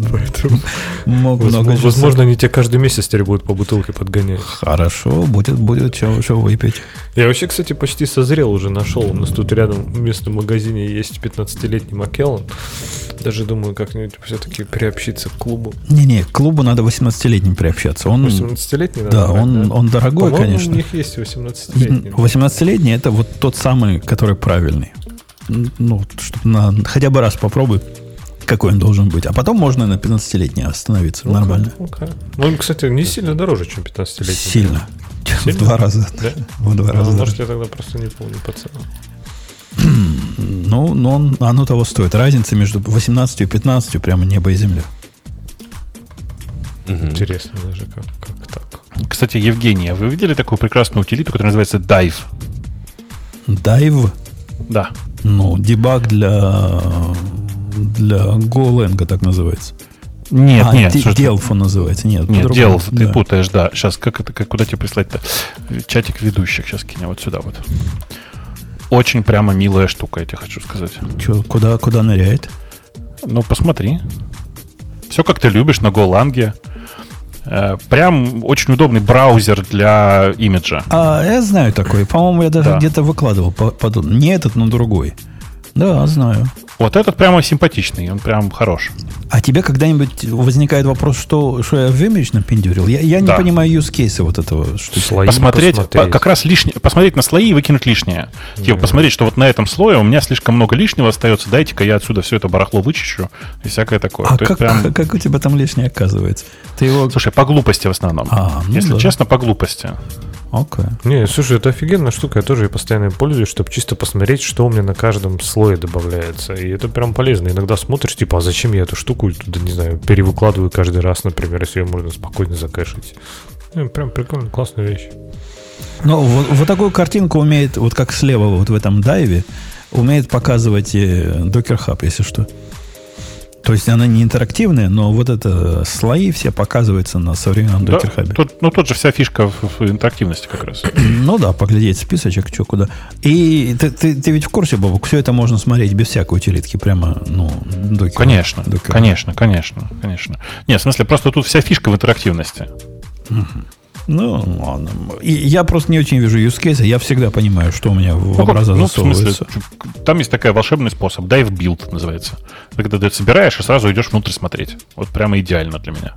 Возможно, они тебе каждый месяц теперь будут по бутылке подгонять. Хорошо, будет что выпить. Я вообще, кстати, почти созрел уже, нашел. У нас тут рядом в местном магазине есть 15-летний Маккеллан. Даже думаю, как-нибудь все-таки приобщиться к клубу. Не, к клубу надо 18-летним приобщаться. 18-летний надо? Да, он дорогой, по-моему, конечно. у них есть 18-летний. 18-летний это вот тот самый, который правильный. Чтобы хотя бы раз попробуй, какой он должен быть. А потом можно на 15-летний остановиться. Нормально. Он, кстати, не сильно дороже, чем 15-летний. Сильно. В 2 раза. Да? В 2 раза. Может, я тогда просто не помню по ценам. Оно того стоит. Разница между 18 и 15 прямо небо и земля. Интересно даже, как так. Кстати, Евгений, а вы видели такую прекрасную утилиту, которая называется Dive? Dive? Да. Дебаг для Golang, так называется. Нет. Delph он называется. Нет, Delph, ты путаешь, да. Сейчас, куда тебе прислать-то? Чатик ведущих сейчас кинем вот сюда вот. Очень прямо милая штука, я тебе хочу сказать. Куда ныряет? Посмотри. Все, как ты любишь, на Golang. Прям очень удобный браузер для имиджа. Я знаю такой. По-моему, я даже где-то выкладывал. Не этот, но другой. Да, знаю. Вот этот прямо симпатичный, он прям хорош. А тебе когда-нибудь возникает вопрос, что я в Image напендюрил? Я не понимаю юзкейса вот этого. Что слои посмотреть, как раз лишнее, посмотреть на слои и выкинуть лишнее. Типа посмотреть, что вот на этом слое у меня слишком много лишнего остается, дайте-ка я отсюда все это барахло вычищу и всякое такое. А как у тебя там лишнее оказывается? Ты его... Слушай, по глупости в основном. Если честно, по глупости. Окей. Не, слушай, это офигенная штука, я тоже ей постоянно пользуюсь, чтобы чисто посмотреть, что у меня на каждом слое добавляется. И это прям полезно. Иногда смотришь, типа, а зачем я эту штуку, не знаю, перевыкладываю каждый раз, например, если ее можно спокойно закэшить. Прям прикольно, классная вещь. Ну, вот такую картинку умеет, вот как слева вот в этом дайве, умеет показывать Docker Hub, если что. То есть она не интерактивная, но вот это слои все показываются на современном Docker Hub. Тут же вся фишка в интерактивности как раз. Ну да, поглядеть списочек, что куда. И ты ведь в курсе, Бобок, все это можно смотреть без всякой утилитки, прямо, Docker. Конечно, Docker. конечно. Нет, в смысле, просто тут вся фишка в интерактивности. Ну, ладно. И я просто не очень вижу use case. Я всегда понимаю, что у меня в образа засовывается. В смысле, там есть такой волшебный способ. Dive build называется. Когда ты собираешь и сразу идешь внутрь смотреть. Вот прямо идеально для меня.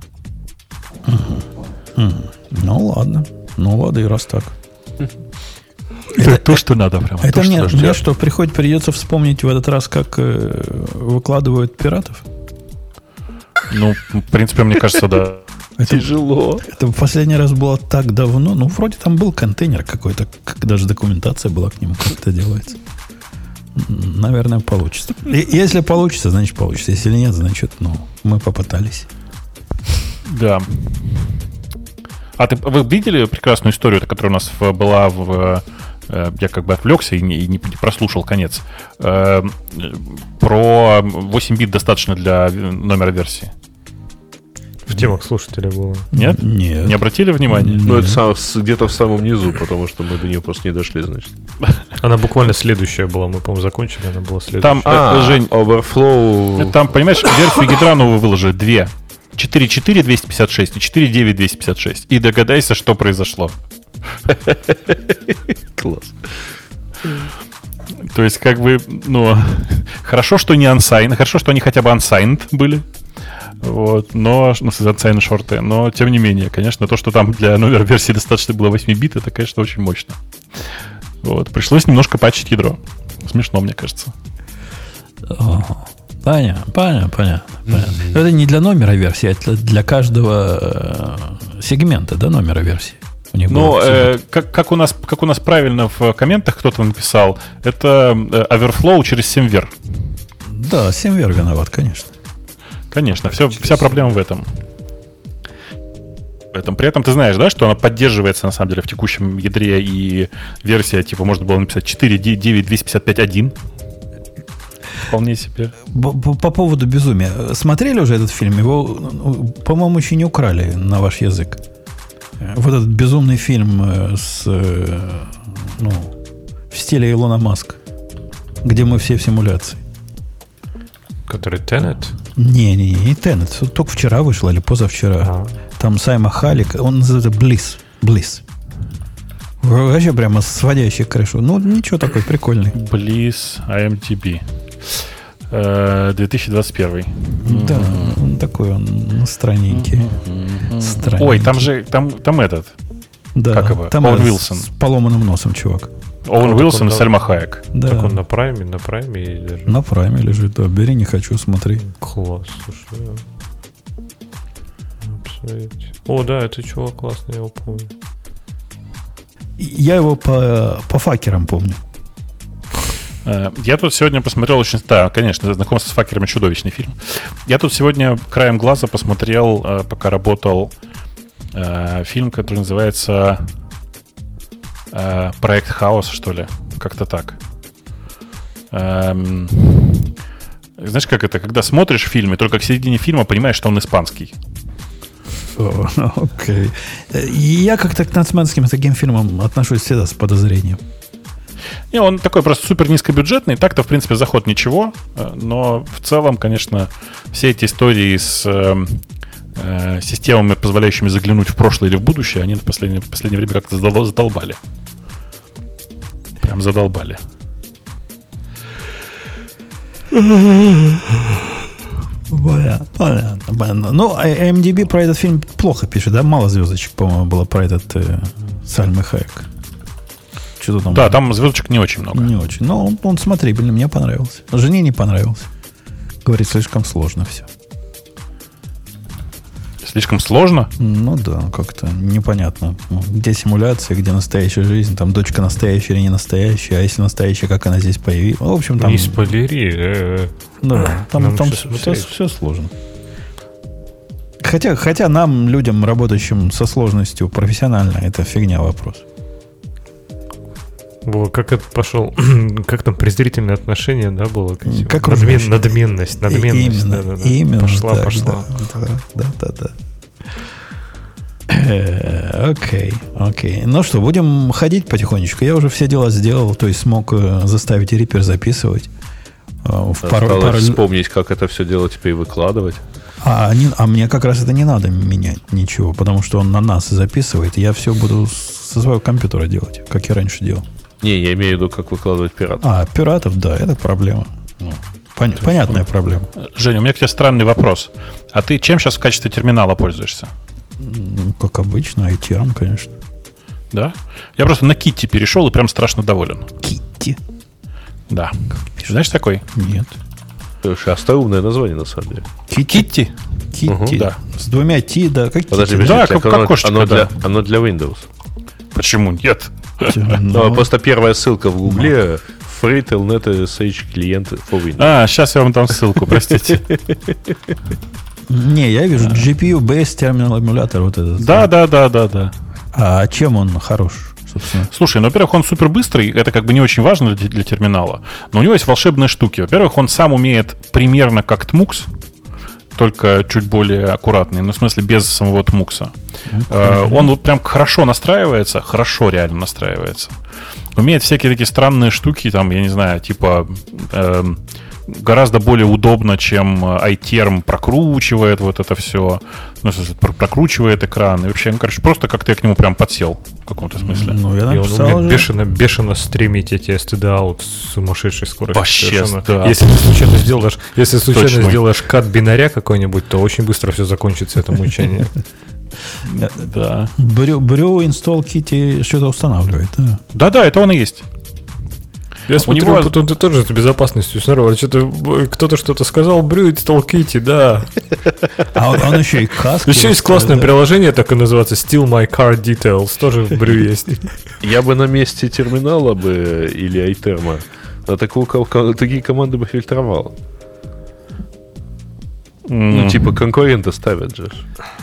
Ну, ладно, и раз так. Это то, что надо прямо. Это мне что, придется вспомнить в этот раз, как выкладывают пиратов? Ну, в принципе, мне кажется, да. Тяжело. Это в последний раз было так давно. Ну, вроде там был контейнер какой-то, даже документация была к нему, как это делается. Наверное, получится. Если получится, значит получится. Если нет, значит, мы попытались. Да. А вы видели прекрасную историю, которая у нас была я как бы отвлекся и не прослушал конец. Про 8 бит достаточно для номера версии. В темах слушателя было. Нет? Нет. Не обратили внимания? Ну, это где-то в самом низу, потому что мы до нее просто не дошли, значит. Она буквально следующая была. Мы, по-моему, закончили, она была следующая. Там, Жень, Overflow. Там, понимаешь, версию ядра новую выложили две. 4.4 256 и 4.9 256. И догадайся, что произошло. Класс. То есть, как бы, хорошо, что не unsigned, хорошо, что они хотя бы unsigned были. Вот, но, unsigned шорты, но, тем не менее, конечно, то, что там для номера версии достаточно было 8 бит, это, конечно, очень мощно. Вот, пришлось немножко патчить ядро. Смешно, мне кажется. Понятно. Это не для номера версии, это для каждого сегмента, да, номера версии. Как у нас правильно в комментах кто-то написал, это Overflow через Semver. Да, Semver виноват, конечно. Конечно, вся проблема в этом. При этом ты знаешь, да, что она поддерживается на самом деле в текущем ядре, и версия, типа, можно было написать 4.9 255.1. Вполне себе. По поводу безумия. Смотрели уже этот фильм? Его, по-моему, еще не украли на ваш язык. Вот этот безумный фильм в стиле Илона Маска, где мы все в симуляции. Который Tenet? Не Tenet. Только вчера вышел или позавчера. Там Сайма Халик. Он называется Bliss. Вообще прямо сводящий крышу. Ничего, такой прикольный. Bliss IMDb. 2021. Да, он такой, он странненький. Ой, там этот. Да, как его? там Оуэн Уилсон. С поломанным носом, чувак. Оуэн Уилсон и Сальма Хайек. Да. Так он на прайме лежит. На прайме лежит, да. Бери, не хочу, смотри. Класс, слушай. О, да, это чувак классный, я его помню. Я его по факерам помню. Я тут сегодня посмотрел очень... Да, конечно, «Знакомство с факерами» — чудовищный фильм. Я тут сегодня краем глаза посмотрел, пока работал, фильм, который называется «Проект Хаос», что ли. Как-то так. Знаешь, как это? Когда смотришь фильм, и только к середине фильма понимаешь, что он испанский. Окей. Я как-то к нацменским таким фильмам отношусь всегда с подозрением. Не, он такой просто супер низкобюджетный. Так-то, в принципе, заход ничего. Но в целом, конечно, все эти истории с системами, позволяющими заглянуть в прошлое или в будущее, они в последнее время как-то задолбали. Прям задолбали. Понятно. Ну, IMDb про этот фильм плохо пишет, да? Мало звездочек, по-моему, было про этот Сальмы Хайек. Что-то там. Да, там звездочек не очень много. Не очень. Но он смотрибельный, мне понравился. Жене не понравился. Говорит, слишком сложно все. Слишком сложно? Ну да, как-то непонятно. Где симуляция, где настоящая жизнь, там дочка настоящая или не настоящая, а если настоящая, как она здесь появилась. В общем, там... Не спойлери. Да, там все сложно. Хотя нам, людям, работающим со сложностью профессионально, это фигня вопрос. Как это пошел? Как там презрительное отношение, да, было? Как надменность. Именно. Пошла. Да. Окей. Ну что, будем ходить потихонечку. Я уже все дела сделал, то есть смог заставить Reaper записывать. Осталось вспомнить, как это все дело теперь выкладывать. А мне как раз это не надо менять ничего, потому что он на нас записывает, и я все буду со своего компьютера делать, как я раньше делал. Не, я имею в виду, как выкладывать пиратов. Пиратов, да, это проблема. Понятная проблема. Женя, у меня к тебе странный вопрос. А ты чем сейчас в качестве терминала пользуешься? Как обычно, ITR, конечно. Да? Я просто на Kitty перешел и прям страшно доволен. Kitty? Да. Знаешь такой? Нет. Слушай, остроумное название, на самом деле. Kitty? Kitty, да. С двумя T, да. Как Подожди, Kitty? Да, как кошечка, оно для Windows. Почему нет? Просто первая ссылка в Гугле FreeTelnet SH клиент for Windows. Сейчас я вам дам ссылку, простите. Не, я вижу GPU-based терминал эмулятор вот этот. Да. А чем он хорош, собственно? Слушай, во-первых, он супер быстрый, это как бы не очень важно для терминала, но у него есть волшебные штуки. Во-первых, он сам умеет примерно как TMUX, только чуть более аккуратный, в смысле без самого TMUX. Он вот прям хорошо настраивается, хорошо реально настраивается. Умеет всякие такие странные штуки, там, я не знаю, типа гораздо более удобно, чем iTerm прокручивает вот это все, прокручивает экран. И вообще, просто как-то я к нему прям подсел в каком-то смысле. Я и он умеет бешено стримить эти STD-аут с сумасшедшей скоростью. Вообще, да. Если ты случайно сделаешь кат бинаря какой-нибудь, то очень быстро все закончится, это мучение. Да. Brew install Kitty что-то устанавливает, да? Да, это он и есть. Я смотрю, потом ты тоже с безопасностью снаружи. Кто-то что-то сказал, Brew install Kitty, да. А он еще и каску. Еще есть классное приложение, так и называется, Steal My Car Details. Тоже в Brew есть. Я бы на месте терминала бы или iTerm такие команды бы фильтровал. Типа конкуренты ставят же.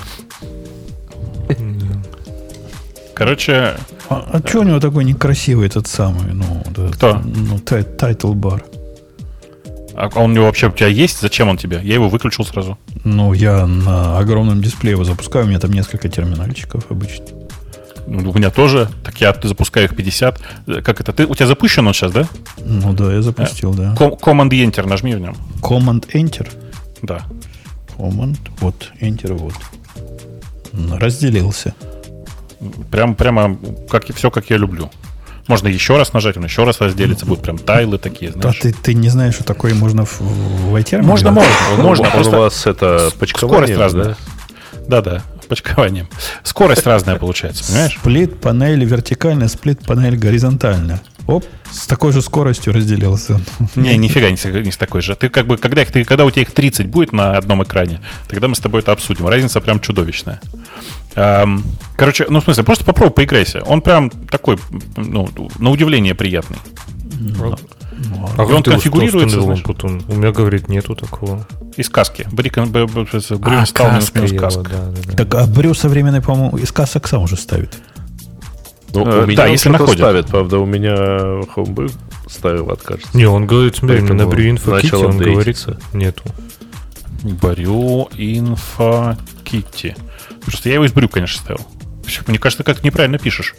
Короче... А что у него такой некрасивый этот самый? Кто? Title Bar. А он у него вообще у тебя есть? Зачем он тебе? Я его выключил сразу. Я на огромном дисплее его запускаю. У меня там несколько терминальчиков обычно. У меня тоже. Так я запускаю их 50. Как это? У тебя запущен он сейчас, да? Да, я запустил, да. Command-Enter нажми в нем. Command-Enter? Да. Command, Enter, Разделился. Прямо все, как я люблю. Можно еще раз нажать, он еще раз разделится. Будут прям тайлы такие, знаешь. А ты не знаешь, что такое можно в iTerm? Можно. У вас это почкование, скорость разная. Да, почкованием. Скорость разная получается, понимаешь? Сплит-панель вертикальная, сплит-панель горизонтальная. Оп, с такой же скоростью разделился. Не, нифига не с такой же. Ты как бы, когда у тебя их 30 будет на одном экране, тогда мы с тобой это обсудим. Разница прям чудовищная. Короче, в смысле, просто попробуй поиграйся. Он прям такой, на удивление приятный. А и он конфигурируется, знаешь, у меня, говорит, нету такого. Из сказки. Брю сказка. Так, а Брю современный, по-моему, из касок сам уже ставит. У меня если находит. Ставит, правда, у меня Homebrew ставил, откажется. Не, он говорит, смотри, на Brew Info Kitty он говорит, нету. Brew Info Kitty. Просто я его из Brew, конечно, ставил. Мне кажется, ты как-то неправильно пишешь.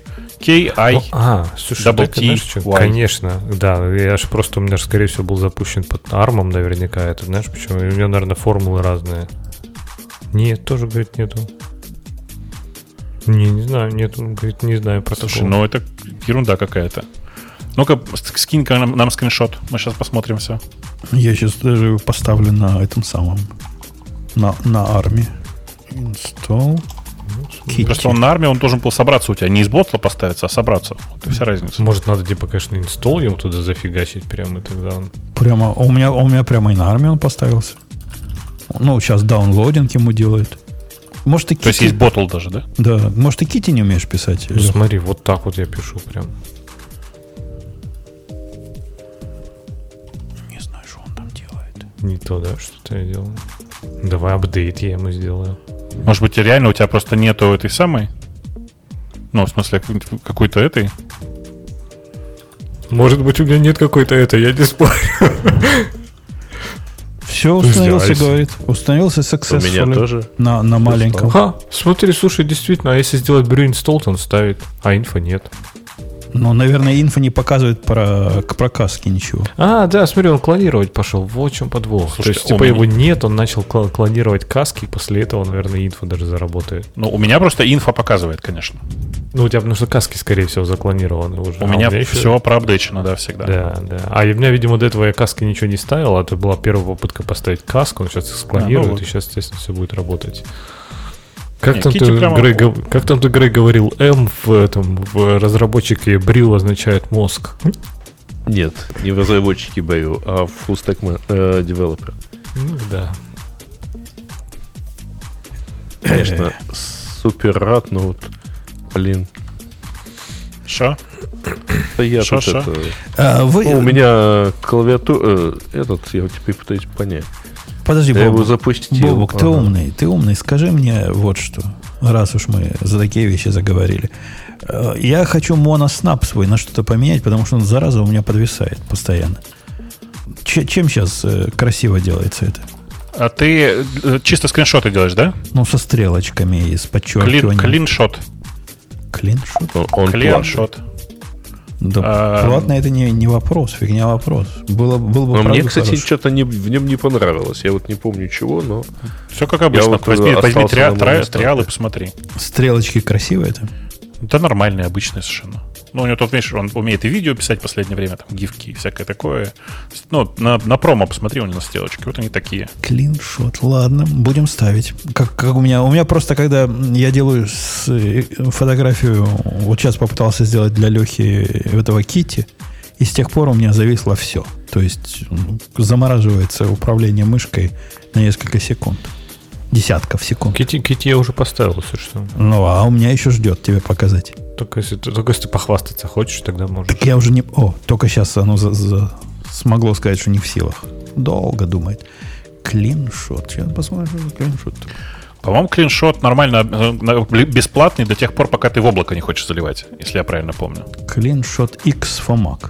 K-I-T-Y. Конечно, да. Я же просто, у меня же, скорее всего, был запущен под ARM наверняка. Это, знаешь, почему? У меня, наверное, формулы разные. Нет, тоже, говорит, нету. Не знаю, нету. Говорит, не знаю про такого. Слушай, это ерунда какая-то. Ну-ка, скинь-ка нам скриншот. Мы сейчас посмотрим все. Я сейчас даже поставлю на этом самом. На армии. Install. Просто он на армии, он должен был собраться у тебя. Не из ботла поставиться, а собраться. Это вся разница. Может, надо, типа, конечно, инсталл ему туда зафигачить прямо, и тогда он... Прямо, у меня прямо и на армии он поставился. Ну, сейчас даунлодинг ему делает. Может, и То есть есть ботл даже, да? Да. Может, и Кити не умеешь писать? Ну, смотри, вот так вот я пишу прям. Не знаю, что он там делает. Не то, да, что-то я делаю. Давай апдейт я ему сделаю. Может быть, реально у тебя просто нету этой самой? Ну, в смысле, какой-то этой? Может быть, у меня нет какой-то этой, я не спорю. Все установился, говорит. Установился successfully. У меня тоже. На маленьком. Ага, смотри, слушай, действительно, а если сделать brew install, он ставит, а инфа нет. Ну, наверное, инфа не показывает про каски ничего. А, да, смотри, он клонировать пошел. Вот в чем подвох. Слушайте, то есть, типа, его нет, он начал клонировать каски, и после этого, наверное, инфа даже заработает. Ну, у меня просто инфа показывает, конечно. Ну, у тебя, потому что каски, скорее всего, заклонированы уже. У меня все проапдейчено, да, всегда. Да, да. А у меня, видимо, до этого я каски ничего не ставил, а это была первая попытка поставить каску, он сейчас их склонирует, вот. и сейчас, естественно, все будет работать. Как там ты, Грей, говорил, М в разработчике Брил означает мозг? Нет, не в разработчике Брил, а в full stack developer. Ну, да. Конечно, супер рад, но вот, блин. Что? Да я Шо? тут это... Вы... у меня клавиатура... я теперь пытаюсь понять. Подожди, я его Бобук, запустил. Бобук, ты умный, скажи мне вот что, раз уж мы за такие вещи заговорили. Я хочу моноснап свой на что-то поменять, потому что он, зараза, у меня подвисает постоянно. Чем сейчас красиво делается это? А ты чисто скриншоты делаешь, да? Ну, со стрелочками и с подчеркиванием. Клиншот. Клиншот? Клиншот. Да, платно это не вопрос, фигня вопрос. Был бы но мне, кстати, хороший. что-то в нем не понравилось. Я вот не помню чего, но... Все как обычно. Вот возьми триал и посмотри. Стрелочки красивые там? Да нормальные, обычные совершенно. Ну, у него тут, видишь, он умеет и видео писать в последнее время, там, гифки и всякое такое. Ну, на промо посмотри, у него на стрелочки. Вот они такие. Клиншот, ладно, будем ставить. Как у меня просто, когда я делаю фотографию, вот сейчас попытался сделать для Лехи этого Кити, и с тех пор у меня зависло все. То есть замораживается управление мышкой на несколько секунд. Десятков секунд. Кити я уже поставил, если что. Ну, а у меня еще ждет тебе показать. Только если ты похвастаться хочешь, тогда можешь. Так я уже не... только сейчас оно смогло сказать, что не в силах. Долго думает. Клиншот. Сейчас посмотрим, что за клиншот. По-моему, клиншот нормально бесплатный до тех пор, пока ты в облако не хочешь заливать, если я правильно помню. Клиншот X for Mac.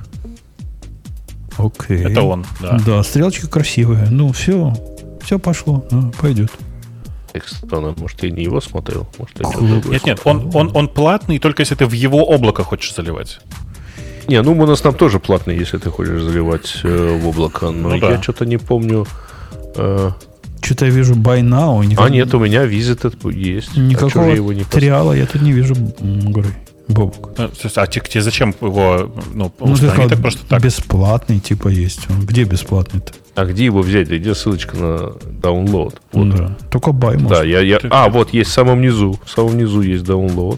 Окей. Это он, да. Да, стрелочка красивая. Ну, все пошло. Пойдет. Может, я не его смотрел? Может, я другой Нет, он платный, только если ты в его облако хочешь заливать. Не, ну Monosnap тоже платный, если ты хочешь заливать в облако. Но ну, да. я что-то не помню. Что-то я вижу Buy Now. Нет, у меня Visited есть. Никакого его не триала я тут не вижу, Бобук. А тебе зачем его установить? Так просто так? Бесплатный типа есть. Где бесплатный-то? А где его взять? Где ссылочка на download? Вот. Да. Только buy можно. Да, вот есть в самом низу. В самом низу есть download.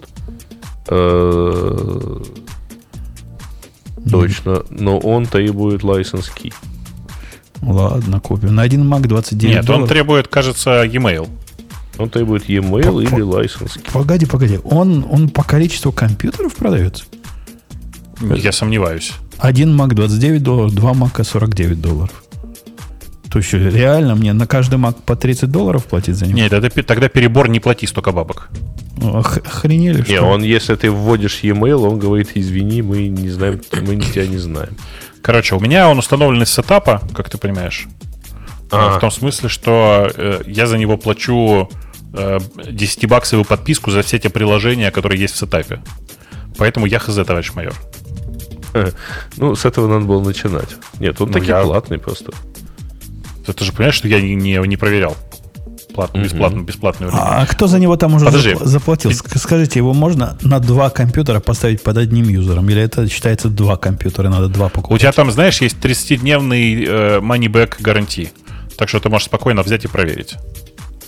Точно. Но он требует license key. Ладно, купим. На один Mac $29. Нет, он требует, кажется, e-mail. Он требует e-mail или license key. Погоди. Он по количеству компьютеров продается? Я сомневаюсь. Один Mac $29, два Mac $49. То есть реально мне на каждый Mac по $30 платить за него? Нет, тогда перебор, не плати столько бабок. Охренели, что ли? Он, если ты вводишь e-mail, он говорит, извини, мы не знаем, мы тебя не знаем. Короче, у меня он установлен из сетапа, как ты понимаешь. В том смысле, что я за него плачу $10 подписку за все те приложения, которые есть в сетапе. Поэтому я хз, товарищ майор. Ну, с этого надо было начинать. Нет, он таки платный просто. Ты же понимаешь, что я не проверял. Бесплатный уровень. А кто за него там уже заплатил? Скажите, его можно на два компьютера поставить под одним юзером? Или это считается два компьютера, надо два покупать? У тебя там, знаешь, есть 30-дневный money back гарантии. Так что ты можешь спокойно взять и проверить.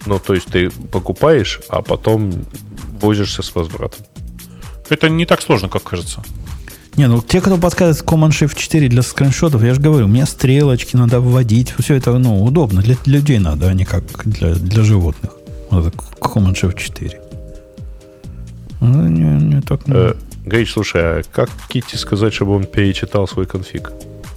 Ну, то есть ты покупаешь, а потом возишься с возвратом. Это не так сложно, как кажется. Не, ну те, кто подсказывает Command Shift 4 для скриншотов, я же говорю, мне стрелочки надо вводить. Все это, удобно. Для людей надо, а не как для животных. Вот это Command Shift 4. Ну, не так. Гриш, слушай, а как Китти сказать, чтобы он перечитал свой конфиг?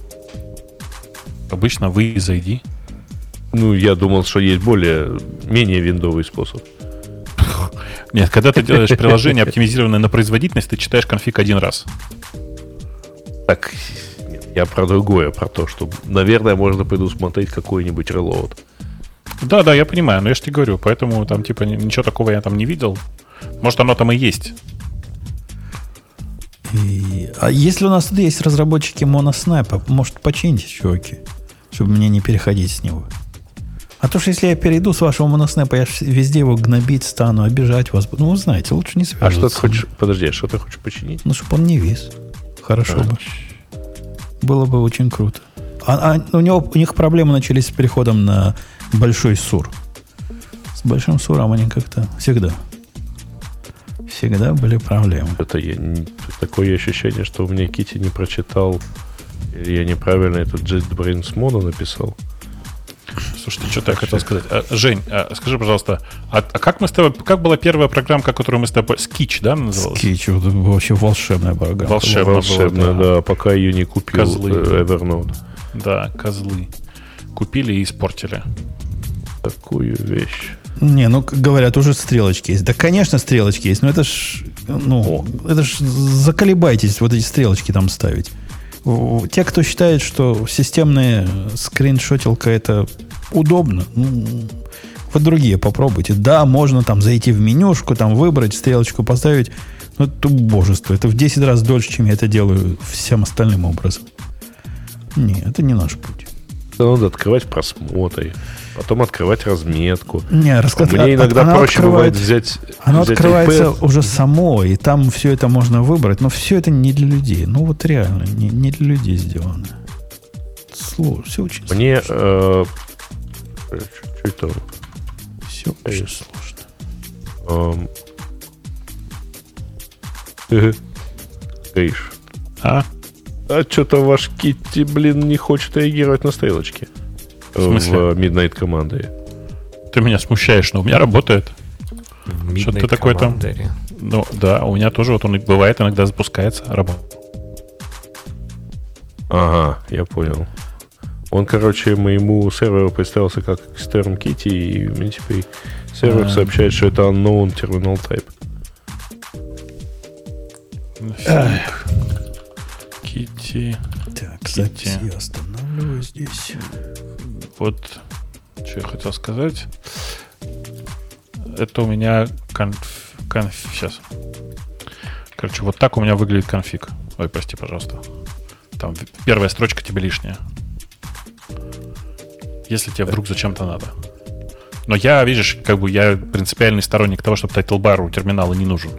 Обычно вы зайди. Ну, я думал, что есть менее виндовый способ. Нет, когда ты делаешь приложение, оптимизированное на производительность, ты читаешь конфиг один раз. Так, нет, я про другое, про то, что, наверное, можно предусмотреть какой-нибудь reload. Да, я понимаю, но я же тебе говорю, поэтому там типа ничего такого я там не видел. Может, оно там и есть. А если у нас тут есть разработчики моноснайпа, может, почините, чуваки, чтобы мне не переходить с него. А то, что если я перейду с вашего моноснайпа, я везде его гнобить стану, обижать вас. Ну, вы знаете, лучше не связываться. А что ты хочешь? Подожди, что ты хочешь починить? Ну, чтобы он не вис. Хорошо бы. Было бы очень круто. У них проблемы начались с переходом на большой сур. С большим суром они как-то всегда были проблемы. Такое ощущение, что у меня Китти не прочитал, или я неправильно этот JetBrains моно написал. Слушай, ты что-то я хотел сказать. Жень, скажи, пожалуйста, как мы с тобой, как была первая программка, которую мы с тобой... Sketch, да, называлась? Sketch, вообще волшебная программа. Волшебная, да, пока ее не купил Evernote. Да, козлы. Купили и испортили. Такую вещь. Не, говорят, уже стрелочки есть. Да, конечно, стрелочки есть, но это ж заколебайтесь вот эти стрелочки там ставить. Те, кто считает, что системная скриншотилка это удобно, вот другие попробуйте. Да, можно там зайти в менюшку, там выбрать, стрелочку поставить, но это убожество. Это в 10 раз дольше, чем я это делаю всем остальным образом. Не, это не наш путь. Надо открывать просмотры, потом открывать разметку. Не, мне иногда проще бывает взять. Оно открывается iPad. уже само, и там все это можно выбрать, но все это не для людей. Ну вот реально, не для людей сделано. Сложно, все очень сложно. Мне чуть-чуть все очень сложно. Гриш. А что-то ваш Китти, не хочет реагировать на стрелочки. В смысле? В Midnight Commander. Ты меня смущаешь, но у меня работает. Что-то такое там. Ну, да, у меня тоже вот он бывает, иногда запускается, работает. Ага, я понял. Он, моему серверу представился как extern Kitty, и мне теперь сервер сообщает, что это unknown terminal type. Kitty. Так, запись я останавливаю здесь. Вот, что я хотел сказать. Это у меня сейчас. Короче, вот так у меня выглядит конфиг. Ой, прости, пожалуйста. Там первая строчка тебе лишняя. Если тебе вдруг зачем-то надо. Но я, видишь, я принципиальный сторонник того, чтобы тайтлбар у терминала не нужен.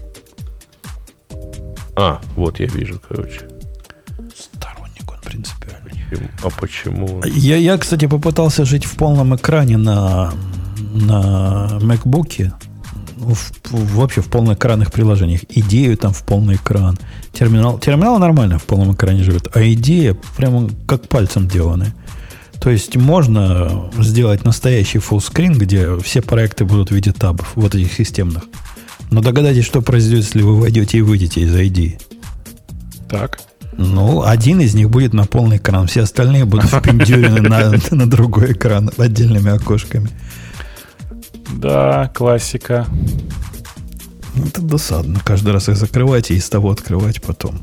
Вот я вижу, Сторонник он принципиальный. А почему? Я, кстати, попытался жить в полном экране на MacBook'е. Вообще в полноэкранных приложениях. Идею там в полный экран. Терминал нормально в полном экране живет. А идея прямо как пальцем деланная. То есть можно сделать настоящий фуллскрин, где все проекты будут в виде табов, вот этих системных. Но догадайтесь, что произойдет, если вы войдете и выйдете из ID. Так. Один из них будет на полный экран, все остальные будут впендюрены на другой экран отдельными окошками. Да, классика. Это досадно. Каждый раз их закрывать и из того открывать потом.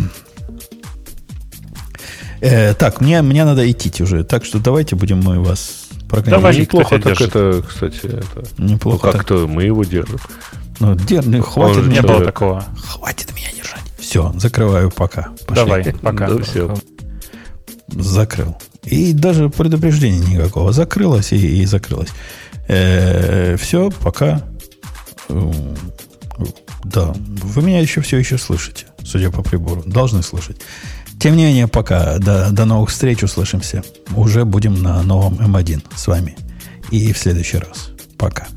Так, мне надо идти уже. Так что давайте будем мы вас прогонять. Давай, неплохо так это, кстати, Неплохо. Как-то мы его держим. Хватит не было такого. Хватит меня держать. Все, закрываю пока. Пошли. Давай, пока. Да, все. Закрыл. И даже предупреждения никакого. Закрылось и закрылось. Все, пока. Да, вы меня все еще слышите, судя по прибору. Должны слышать. Тем не менее, пока. До новых встреч, услышимся. Уже будем на новом M1 с вами. И в следующий раз. Пока.